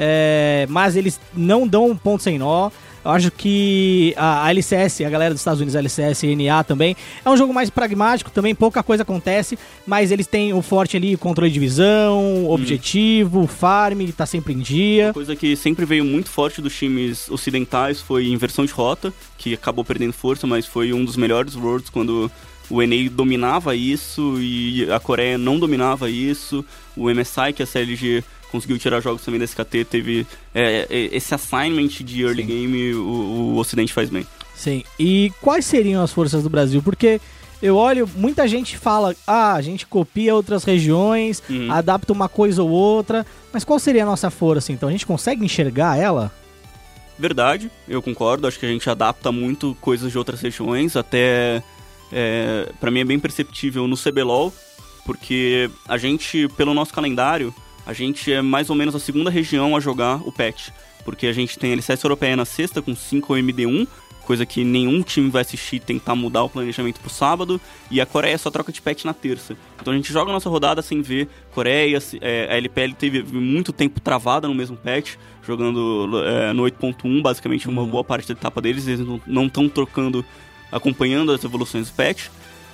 é, mas eles não dão ponto sem nó. Eu acho que a L C S, a galera dos Estados Unidos, a L C S e N A também, é um jogo mais pragmático, também pouca coisa acontece, mas eles têm o forte ali, controle de visão, objetivo, hum. farm, tá sempre em dia.
Uma coisa que sempre veio muito forte dos times ocidentais foi inversão de rota, que acabou perdendo força, mas foi um dos melhores Worlds quando o N A dominava isso e a Coreia não dominava isso. O M S I, que é a C L G conseguiu tirar jogos também da S K T, teve é, esse assignment de early Sim. game, o, o Ocidente faz bem.
Sim, e quais seriam as forças do Brasil? Porque eu olho, muita gente fala, ah, a gente copia outras regiões, uhum. adapta uma coisa ou outra, mas qual seria a nossa força, então? A gente consegue enxergar ela?
Verdade, eu concordo, acho que a gente adapta muito coisas de outras regiões, até, é, pra mim é bem perceptível no C B L O L, porque a gente, pelo nosso calendário, a gente é mais ou menos a segunda região a jogar o patch, porque a gente tem a L C S Europeia na sexta com cinco M D um, coisa que nenhum time vai assistir e tentar mudar o planejamento pro sábado, e a Coreia só troca de patch na terça. Então a gente joga a nossa rodada sem ver Coreia, é, a L P L teve muito tempo travada no mesmo patch, jogando é, no oito ponto um, basicamente uma uhum. boa parte da etapa deles, eles não estão trocando, acompanhando as evoluções do patch,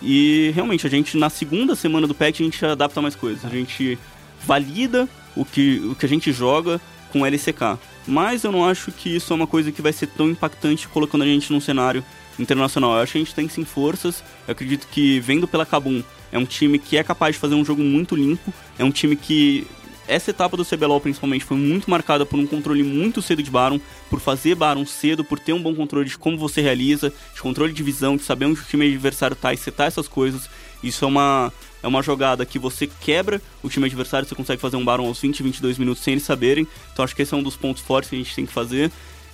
e realmente a gente na segunda semana do patch a gente adapta mais coisas, a gente valida o que, o que a gente joga com L C K. Mas eu não acho que isso é uma coisa que vai ser tão impactante colocando a gente num cenário internacional. Eu acho que a gente tem sim forças. Eu acredito que, vendo pela Kabum, é um time que é capaz de fazer um jogo muito limpo. É um time que... Essa etapa do C B L O L, principalmente, foi muito marcada por um controle muito cedo de Baron, por fazer Baron cedo, por ter um bom controle de como você realiza, de controle de visão, de saber onde o time adversário tá e setar essas coisas. Isso é uma, é uma jogada que você quebra o time adversário, você consegue fazer um Baron aos vinte, vinte e dois minutos sem eles saberem. Então acho que esse é um dos pontos fortes que a gente tem que fazer.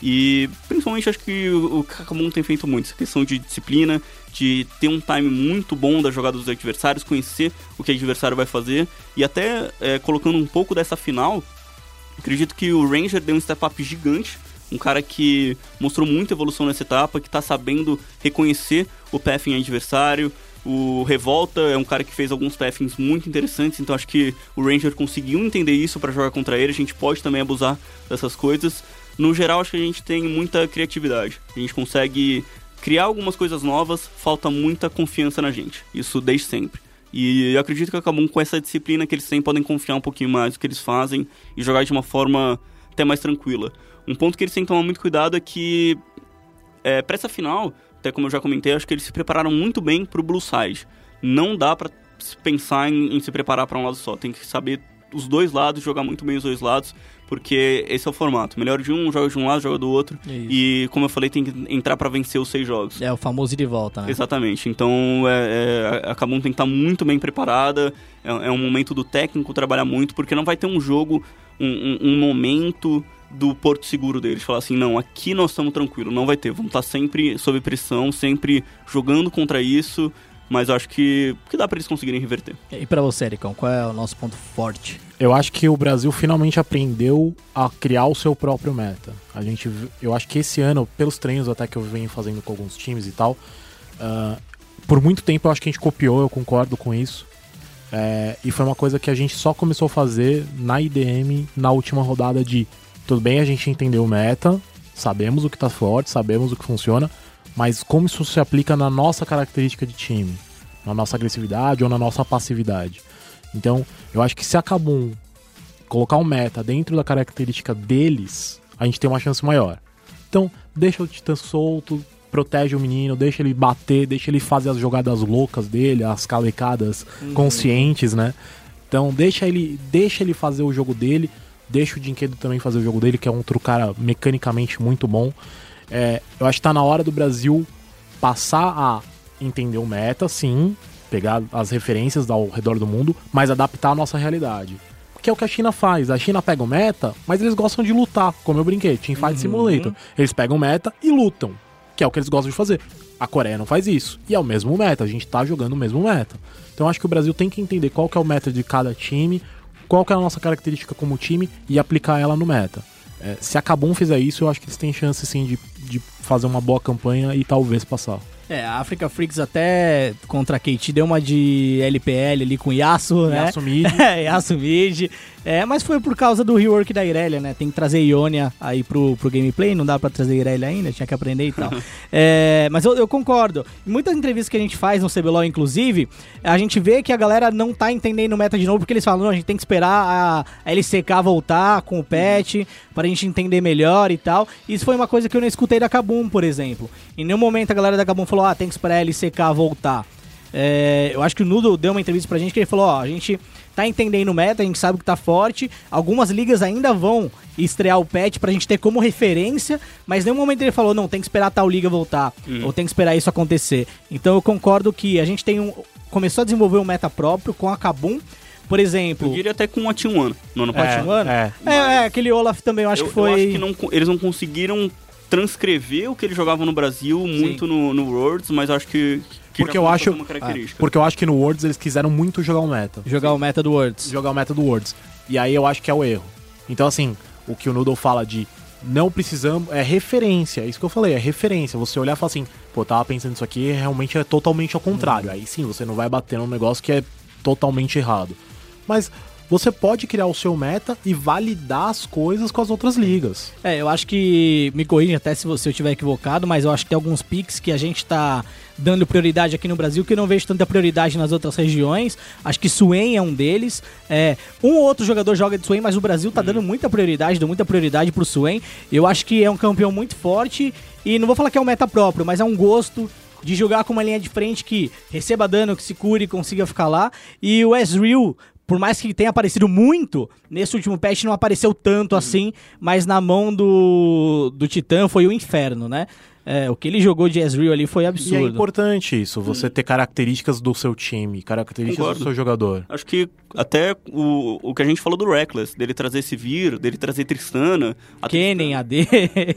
E principalmente acho que o Kabum tem feito muito, essa questão de disciplina, de ter um time muito bom da jogada dos adversários, conhecer o que o adversário vai fazer. E até é, colocando um pouco dessa final, acredito que o Ranger deu um step up gigante, um cara que mostrou muita evolução nessa etapa, que está sabendo reconhecer o pathing adversário. O Revolta é um cara que fez alguns pathings muito interessantes, então acho que o Ranger conseguiu entender isso para jogar contra ele. A gente pode também abusar dessas coisas. No geral, acho que a gente tem muita criatividade. A gente consegue criar algumas coisas novas, falta muita confiança na gente. Isso desde sempre. E eu acredito que acabam com essa disciplina que eles têm, podem confiar um pouquinho mais no que eles fazem e jogar de uma forma até mais tranquila. Um ponto que eles têm que tomar muito cuidado é que, é, para essa final, até como eu já comentei, acho que eles se prepararam muito bem pro Blue Side. Não dá pra pensar em, em se preparar para um lado só, tem que saber os dois lados, jogar muito bem os dois lados, porque esse é o formato. Melhor de um, joga de um lado, joga do outro. Isso. E, como eu falei, tem que entrar pra vencer os seis jogos.
É o famoso ir de volta, né?
Exatamente. Então, é, é, a Kabum tem que estar muito bem preparada. É, é um momento do técnico trabalhar muito, porque não vai ter um jogo, um, um, um momento do porto seguro deles. Falar assim, não, aqui nós estamos tranquilos. Não vai ter. Vamos estar sempre sob pressão, sempre jogando contra isso. Mas eu acho que, que dá pra eles conseguirem reverter.
E pra você, Ericão, qual é o nosso ponto forte?
Eu acho que o Brasil finalmente aprendeu a criar o seu próprio meta. A gente, eu acho que esse ano, pelos treinos até que eu venho fazendo com alguns times e tal, uh, por muito tempo eu acho que a gente copiou, eu concordo com isso. É, e foi uma coisa que a gente só começou a fazer na I D M na última rodada de... Tudo bem, a gente entendeu o meta, sabemos o que tá forte, sabemos o que funciona, mas como isso se aplica na nossa característica de time, na nossa agressividade ou na nossa passividade. Então, eu acho que se a Kabum colocar um meta dentro da característica deles, a gente tem uma chance maior. Então, deixa o Titã solto, protege o menino, deixa ele bater, deixa ele fazer as jogadas loucas dele, as calecadas uhum. conscientes, né? Então, deixa ele, deixa ele fazer o jogo dele, deixa o Dinquedo também fazer o jogo dele, que é um outro cara mecanicamente muito bom. É, eu acho que tá na hora do Brasil passar a entender o meta, sim, pegar as referências ao redor do mundo, mas adaptar a nossa realidade. Que é o que a China faz. A China pega o meta, mas eles gostam de lutar, como eu brinquei, Teamfight uhum. Simulator. Eles pegam o meta e lutam, que é o que eles gostam de fazer. A Coreia não faz isso. E é o mesmo meta, a gente tá jogando o mesmo meta. Então eu acho que o Brasil tem que entender qual que é o meta de cada time, qual que é a nossa característica como time e aplicar ela no meta. É, se a Kabum fizer isso, eu acho que eles têm chance, sim, de, de fazer uma boa campanha e talvez passar.
É, a Africa Freaks até contra a K T deu uma de L P L ali com Yasuo, né?
Yasuo mid.
É, Yasuo mid. É, mas foi por causa do rework da Irelia, né? Tem que trazer Ionia aí pro, pro gameplay, não dá pra trazer Irelia ainda, tinha que aprender e tal. É, mas eu, eu concordo. Em muitas entrevistas que a gente faz no C B L O L, inclusive, a gente vê que a galera não tá entendendo o meta de novo, porque eles falam, não, a gente tem que esperar a, a L C K voltar com o patch, pra gente entender melhor e tal. Isso foi uma coisa que eu não escutei da Kabum, por exemplo. Em nenhum momento a galera da Kabum falou, ah, tem que esperar a L C K voltar. É, eu acho que o Noodle deu uma entrevista pra gente que ele falou, ó, a gente tá entendendo o meta, a gente sabe que tá forte, algumas ligas ainda vão estrear o patch pra gente ter como referência, mas em nenhum momento ele falou, não, tem que esperar tal liga voltar, hum. ou tem que esperar isso acontecer. Então eu concordo que a gente tem um, começou a desenvolver um meta próprio com a Kabum, por exemplo...
Eu diria até com a T um no ano passado.
É, é. é, é, aquele Olaf também eu acho
eu,
que foi...
Eu acho que não, eles não conseguiram transcrever o que eles jogavam no Brasil muito no, no Worlds, mas acho que... que
porque eu acho, ah, porque eu acho que no Worlds eles quiseram muito jogar o meta.
Jogar Sim. o meta do Worlds.
Jogar o meta do Worlds. E aí eu acho que é o erro. Então assim, o que o Noodle fala de não precisamos, é referência, é isso que eu falei, é referência. Você olhar e falar assim, pô, tava pensando isso aqui, realmente é totalmente ao contrário. Hum. Aí sim, você não vai bater num negócio que é totalmente errado. Mas você pode criar o seu meta e validar as coisas com as outras ligas.
É, eu acho que, me corrija até se você estiver equivocado, mas eu acho que tem alguns picks que a gente tá dando prioridade aqui no Brasil que eu não vejo tanta prioridade nas outras regiões. Acho que Swain é um deles. É, um ou outro jogador joga de Swain, mas o Brasil tá dando muita prioridade, dando muita prioridade pro Swain. Eu acho que é um campeão muito forte e não vou falar que é um meta próprio, mas é um gosto de jogar com uma linha de frente que receba dano, que se cure e consiga ficar lá. E o Ezreal, por mais que tenha aparecido muito, nesse último patch não apareceu tanto uhum. assim, mas na mão do, do Titã foi o inferno, né? É, o que ele jogou de Ezreal ali foi absurdo.
E é importante isso, você ter características do seu time, características Concordo. do seu jogador.
Acho que até o, o que a gente falou do Reckless, dele trazer Sivir, dele trazer Tristana...
Kennen, A D...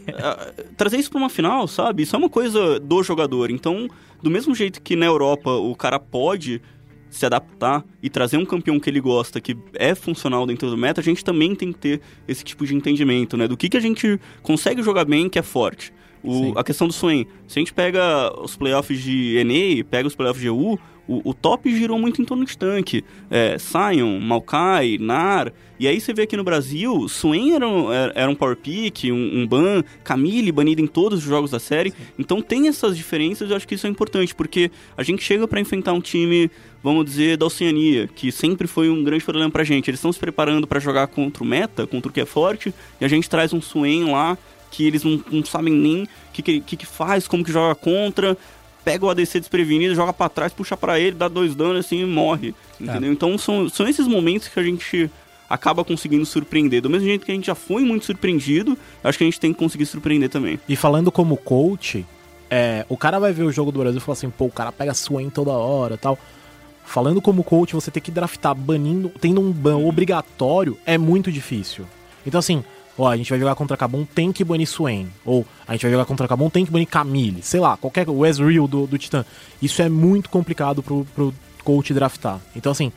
trazer isso pra uma final, sabe? Isso é uma coisa do jogador. Então, do mesmo jeito que na Europa o cara pode se adaptar e trazer um campeão que ele gosta, que é funcional dentro do meta, a gente também tem que ter esse tipo de entendimento, né? Do que, que a gente consegue jogar bem, que é forte. O, a questão do Swain, se a gente pega os playoffs de N A, pega os playoffs de E U, o, o top girou muito em torno de tanque. É, Sion, Maokai, Nar. E aí você vê aqui no Brasil, Swain era um, era um power pick, um, um ban, Camille banido em todos os jogos da série. Sim. Então tem essas diferenças e eu acho que isso é importante, porque a gente chega pra enfrentar um time, vamos dizer, da Oceania, que sempre foi um grande problema pra gente. Eles estão se preparando pra jogar contra o meta, contra o que é forte, e a gente traz um Swain lá, que eles não, não sabem nem o que, que, que faz, como que joga contra, pega o A D C desprevenido, joga pra trás, puxa pra ele, dá dois danos assim e morre, entendeu? É. Então são, são esses momentos que a gente acaba conseguindo surpreender. Do mesmo jeito que a gente já foi muito surpreendido, acho que a gente tem que conseguir surpreender também.
E falando como coach, é, o cara vai ver o jogo do Brasil e fala assim, pô, o cara pega Swain toda hora e tal. Falando como coach, você ter que draftar banindo, tendo um ban obrigatório, é muito difícil. Então assim... Ó, a gente vai jogar contra Kabum, tem que banir Swain. Ou a gente vai jogar contra Kabum, tem que banir Camille. Sei lá, qualquer... O Ezreal do, do Titã. Isso é muito complicado pro, pro coach draftar. Então, assim,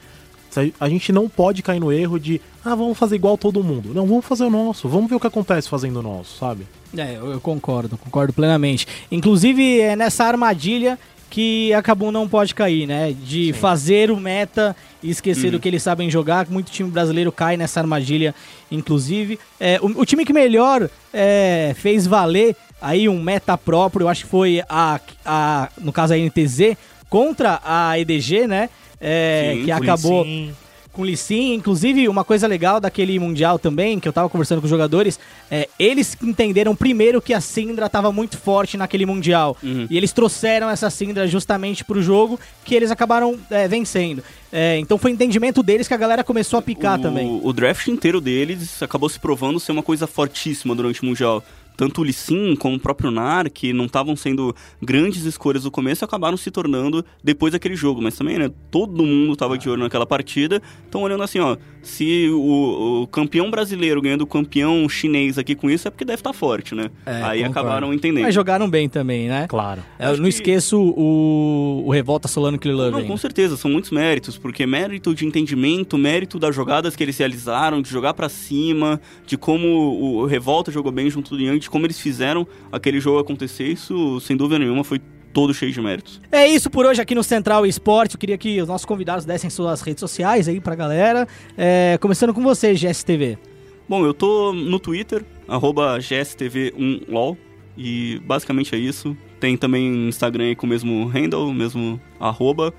a gente não pode cair no erro de... Ah, vamos fazer igual todo mundo. Não, vamos fazer o nosso. Vamos ver o que acontece fazendo o nosso, sabe?
É, eu, eu concordo. Concordo plenamente. Inclusive, é nessa armadilha que a Kabum não pode cair, né? De Sim. fazer o meta e esquecer uhum. do que eles sabem jogar. Muito time brasileiro cai nessa armadilha, inclusive. É, o, o time que melhor é, fez valer aí um meta próprio, eu acho que foi, a, a, no caso a N T Z, contra a E D G, né? É, Sim, que acabou... Lee com Lee Sin. Inclusive, uma coisa legal daquele Mundial também, que eu tava conversando com os jogadores, é, eles entenderam primeiro que a Syndra tava muito forte naquele Mundial. Uhum. E eles trouxeram essa Syndra justamente pro jogo, que eles acabaram é, vencendo. É, então foi entendimento deles que a galera começou a picar
o,
também.
O draft inteiro deles acabou se provando ser uma coisa fortíssima durante o Mundial. tanto o Lissin como o próprio Nar, que não estavam sendo grandes escolhas no começo, acabaram se tornando depois daquele jogo. Mas também, né, todo mundo estava de olho naquela partida. Então, olhando assim, ó, se o, o campeão brasileiro ganhando o campeão chinês aqui com isso, é porque deve estar forte, né?
É,
Aí
concordo.
acabaram entendendo.
Mas jogaram bem também, né?
Claro.
Eu
Acho
não
que-
esqueço o, o Revolta Solano Killer Love
Não,
ainda.
com certeza, são muitos méritos, porque mérito de entendimento, mérito das jogadas que eles realizaram, de jogar pra cima, de como o Revolta jogou bem junto do Yang, de como eles fizeram aquele jogo acontecer, isso, sem dúvida nenhuma, foi todo cheio de méritos.
É isso por hoje aqui no Central Esporte. Eu queria que os nossos convidados dessem suas redes sociais aí pra galera. É, começando com você, G S T V.
Bom, eu tô no Twitter, arroba G S T V um L O L, e basicamente é isso. Tem também Instagram aí com o mesmo handle, o mesmo arroba,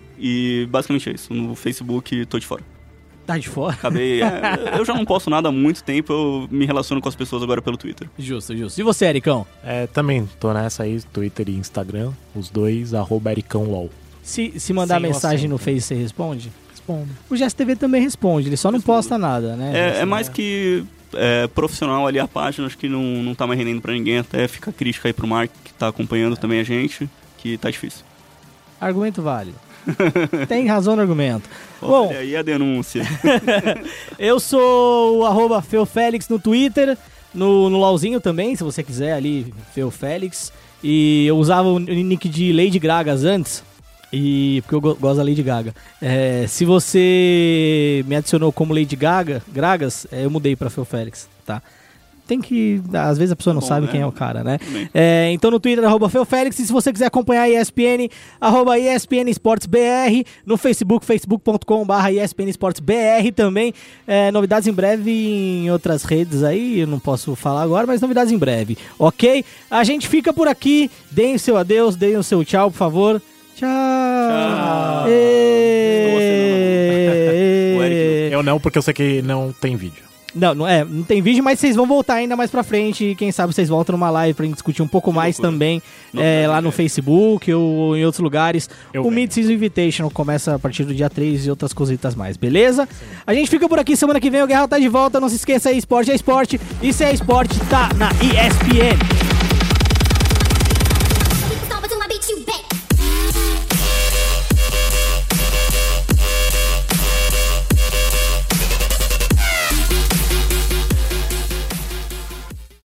e basicamente é isso. No Facebook, tô de fora.
Tá de fora?
Acabei... é, eu já não posto nada há muito tempo, eu me relaciono com as pessoas agora pelo Twitter.
Justo, justo. E você, Ericão?
É, também tô nessa aí, Twitter e Instagram, os dois, arroba ericãolol.
Se, se mandar
Sem o
mensagem
acento.
no Face, você responde?
Respondo.
O G S T V também responde, ele só não posta nada, né?
É, é mais que é, profissional ali a página, acho que não, não tá mais rendendo pra ninguém, até fica crítica aí pro Mark, que tá acompanhando também a gente, que tá difícil.
Argumento válido. Tem razão no argumento. Bom,
Olha aí a denúncia.
eu sou o arroba Feofélix no Twitter, no, no LOLzinho também, se você quiser ali, Feofélix. E eu usava o nick de Lady Gragas antes, e porque eu go- gosto da Lady Gaga. É, se você me adicionou como Lady Gaga, Gragas, é, eu mudei pra Feofélix, tá? Tem que... Às vezes a pessoa não
Bom,
sabe
né?
quem é o cara, né?
Tudo bem.
É, então no Twitter, arroba Feofélix. E se você quiser acompanhar a E S P N, arroba E S P N Esportes B R. No Facebook, facebook ponto com barra E S P N Esportes B R também. É, novidades em breve em outras redes aí. Eu não posso falar agora, mas novidades em breve. Ok? A gente fica por aqui. Deem o seu adeus, deem o seu tchau, por favor. Tchau.
Tchau.
Ê-
O Eric
Eu não, porque eu sei que não tem vídeo.
Não, não é, não tem vídeo, mas vocês vão voltar ainda mais pra frente. E quem sabe vocês voltam numa live pra gente discutir um pouco mais
loucura.
também,
Não
é,
deve,
lá no
velho.
Facebook ou em outros lugares.
Eu
o
venho.
Mid-Season Invitational começa a partir do dia três e outras cositas mais, beleza? A gente fica por aqui, semana que vem o Guerra tá de volta. Não se esqueça aí, esporte é esporte. E se é esporte, tá na E S P N.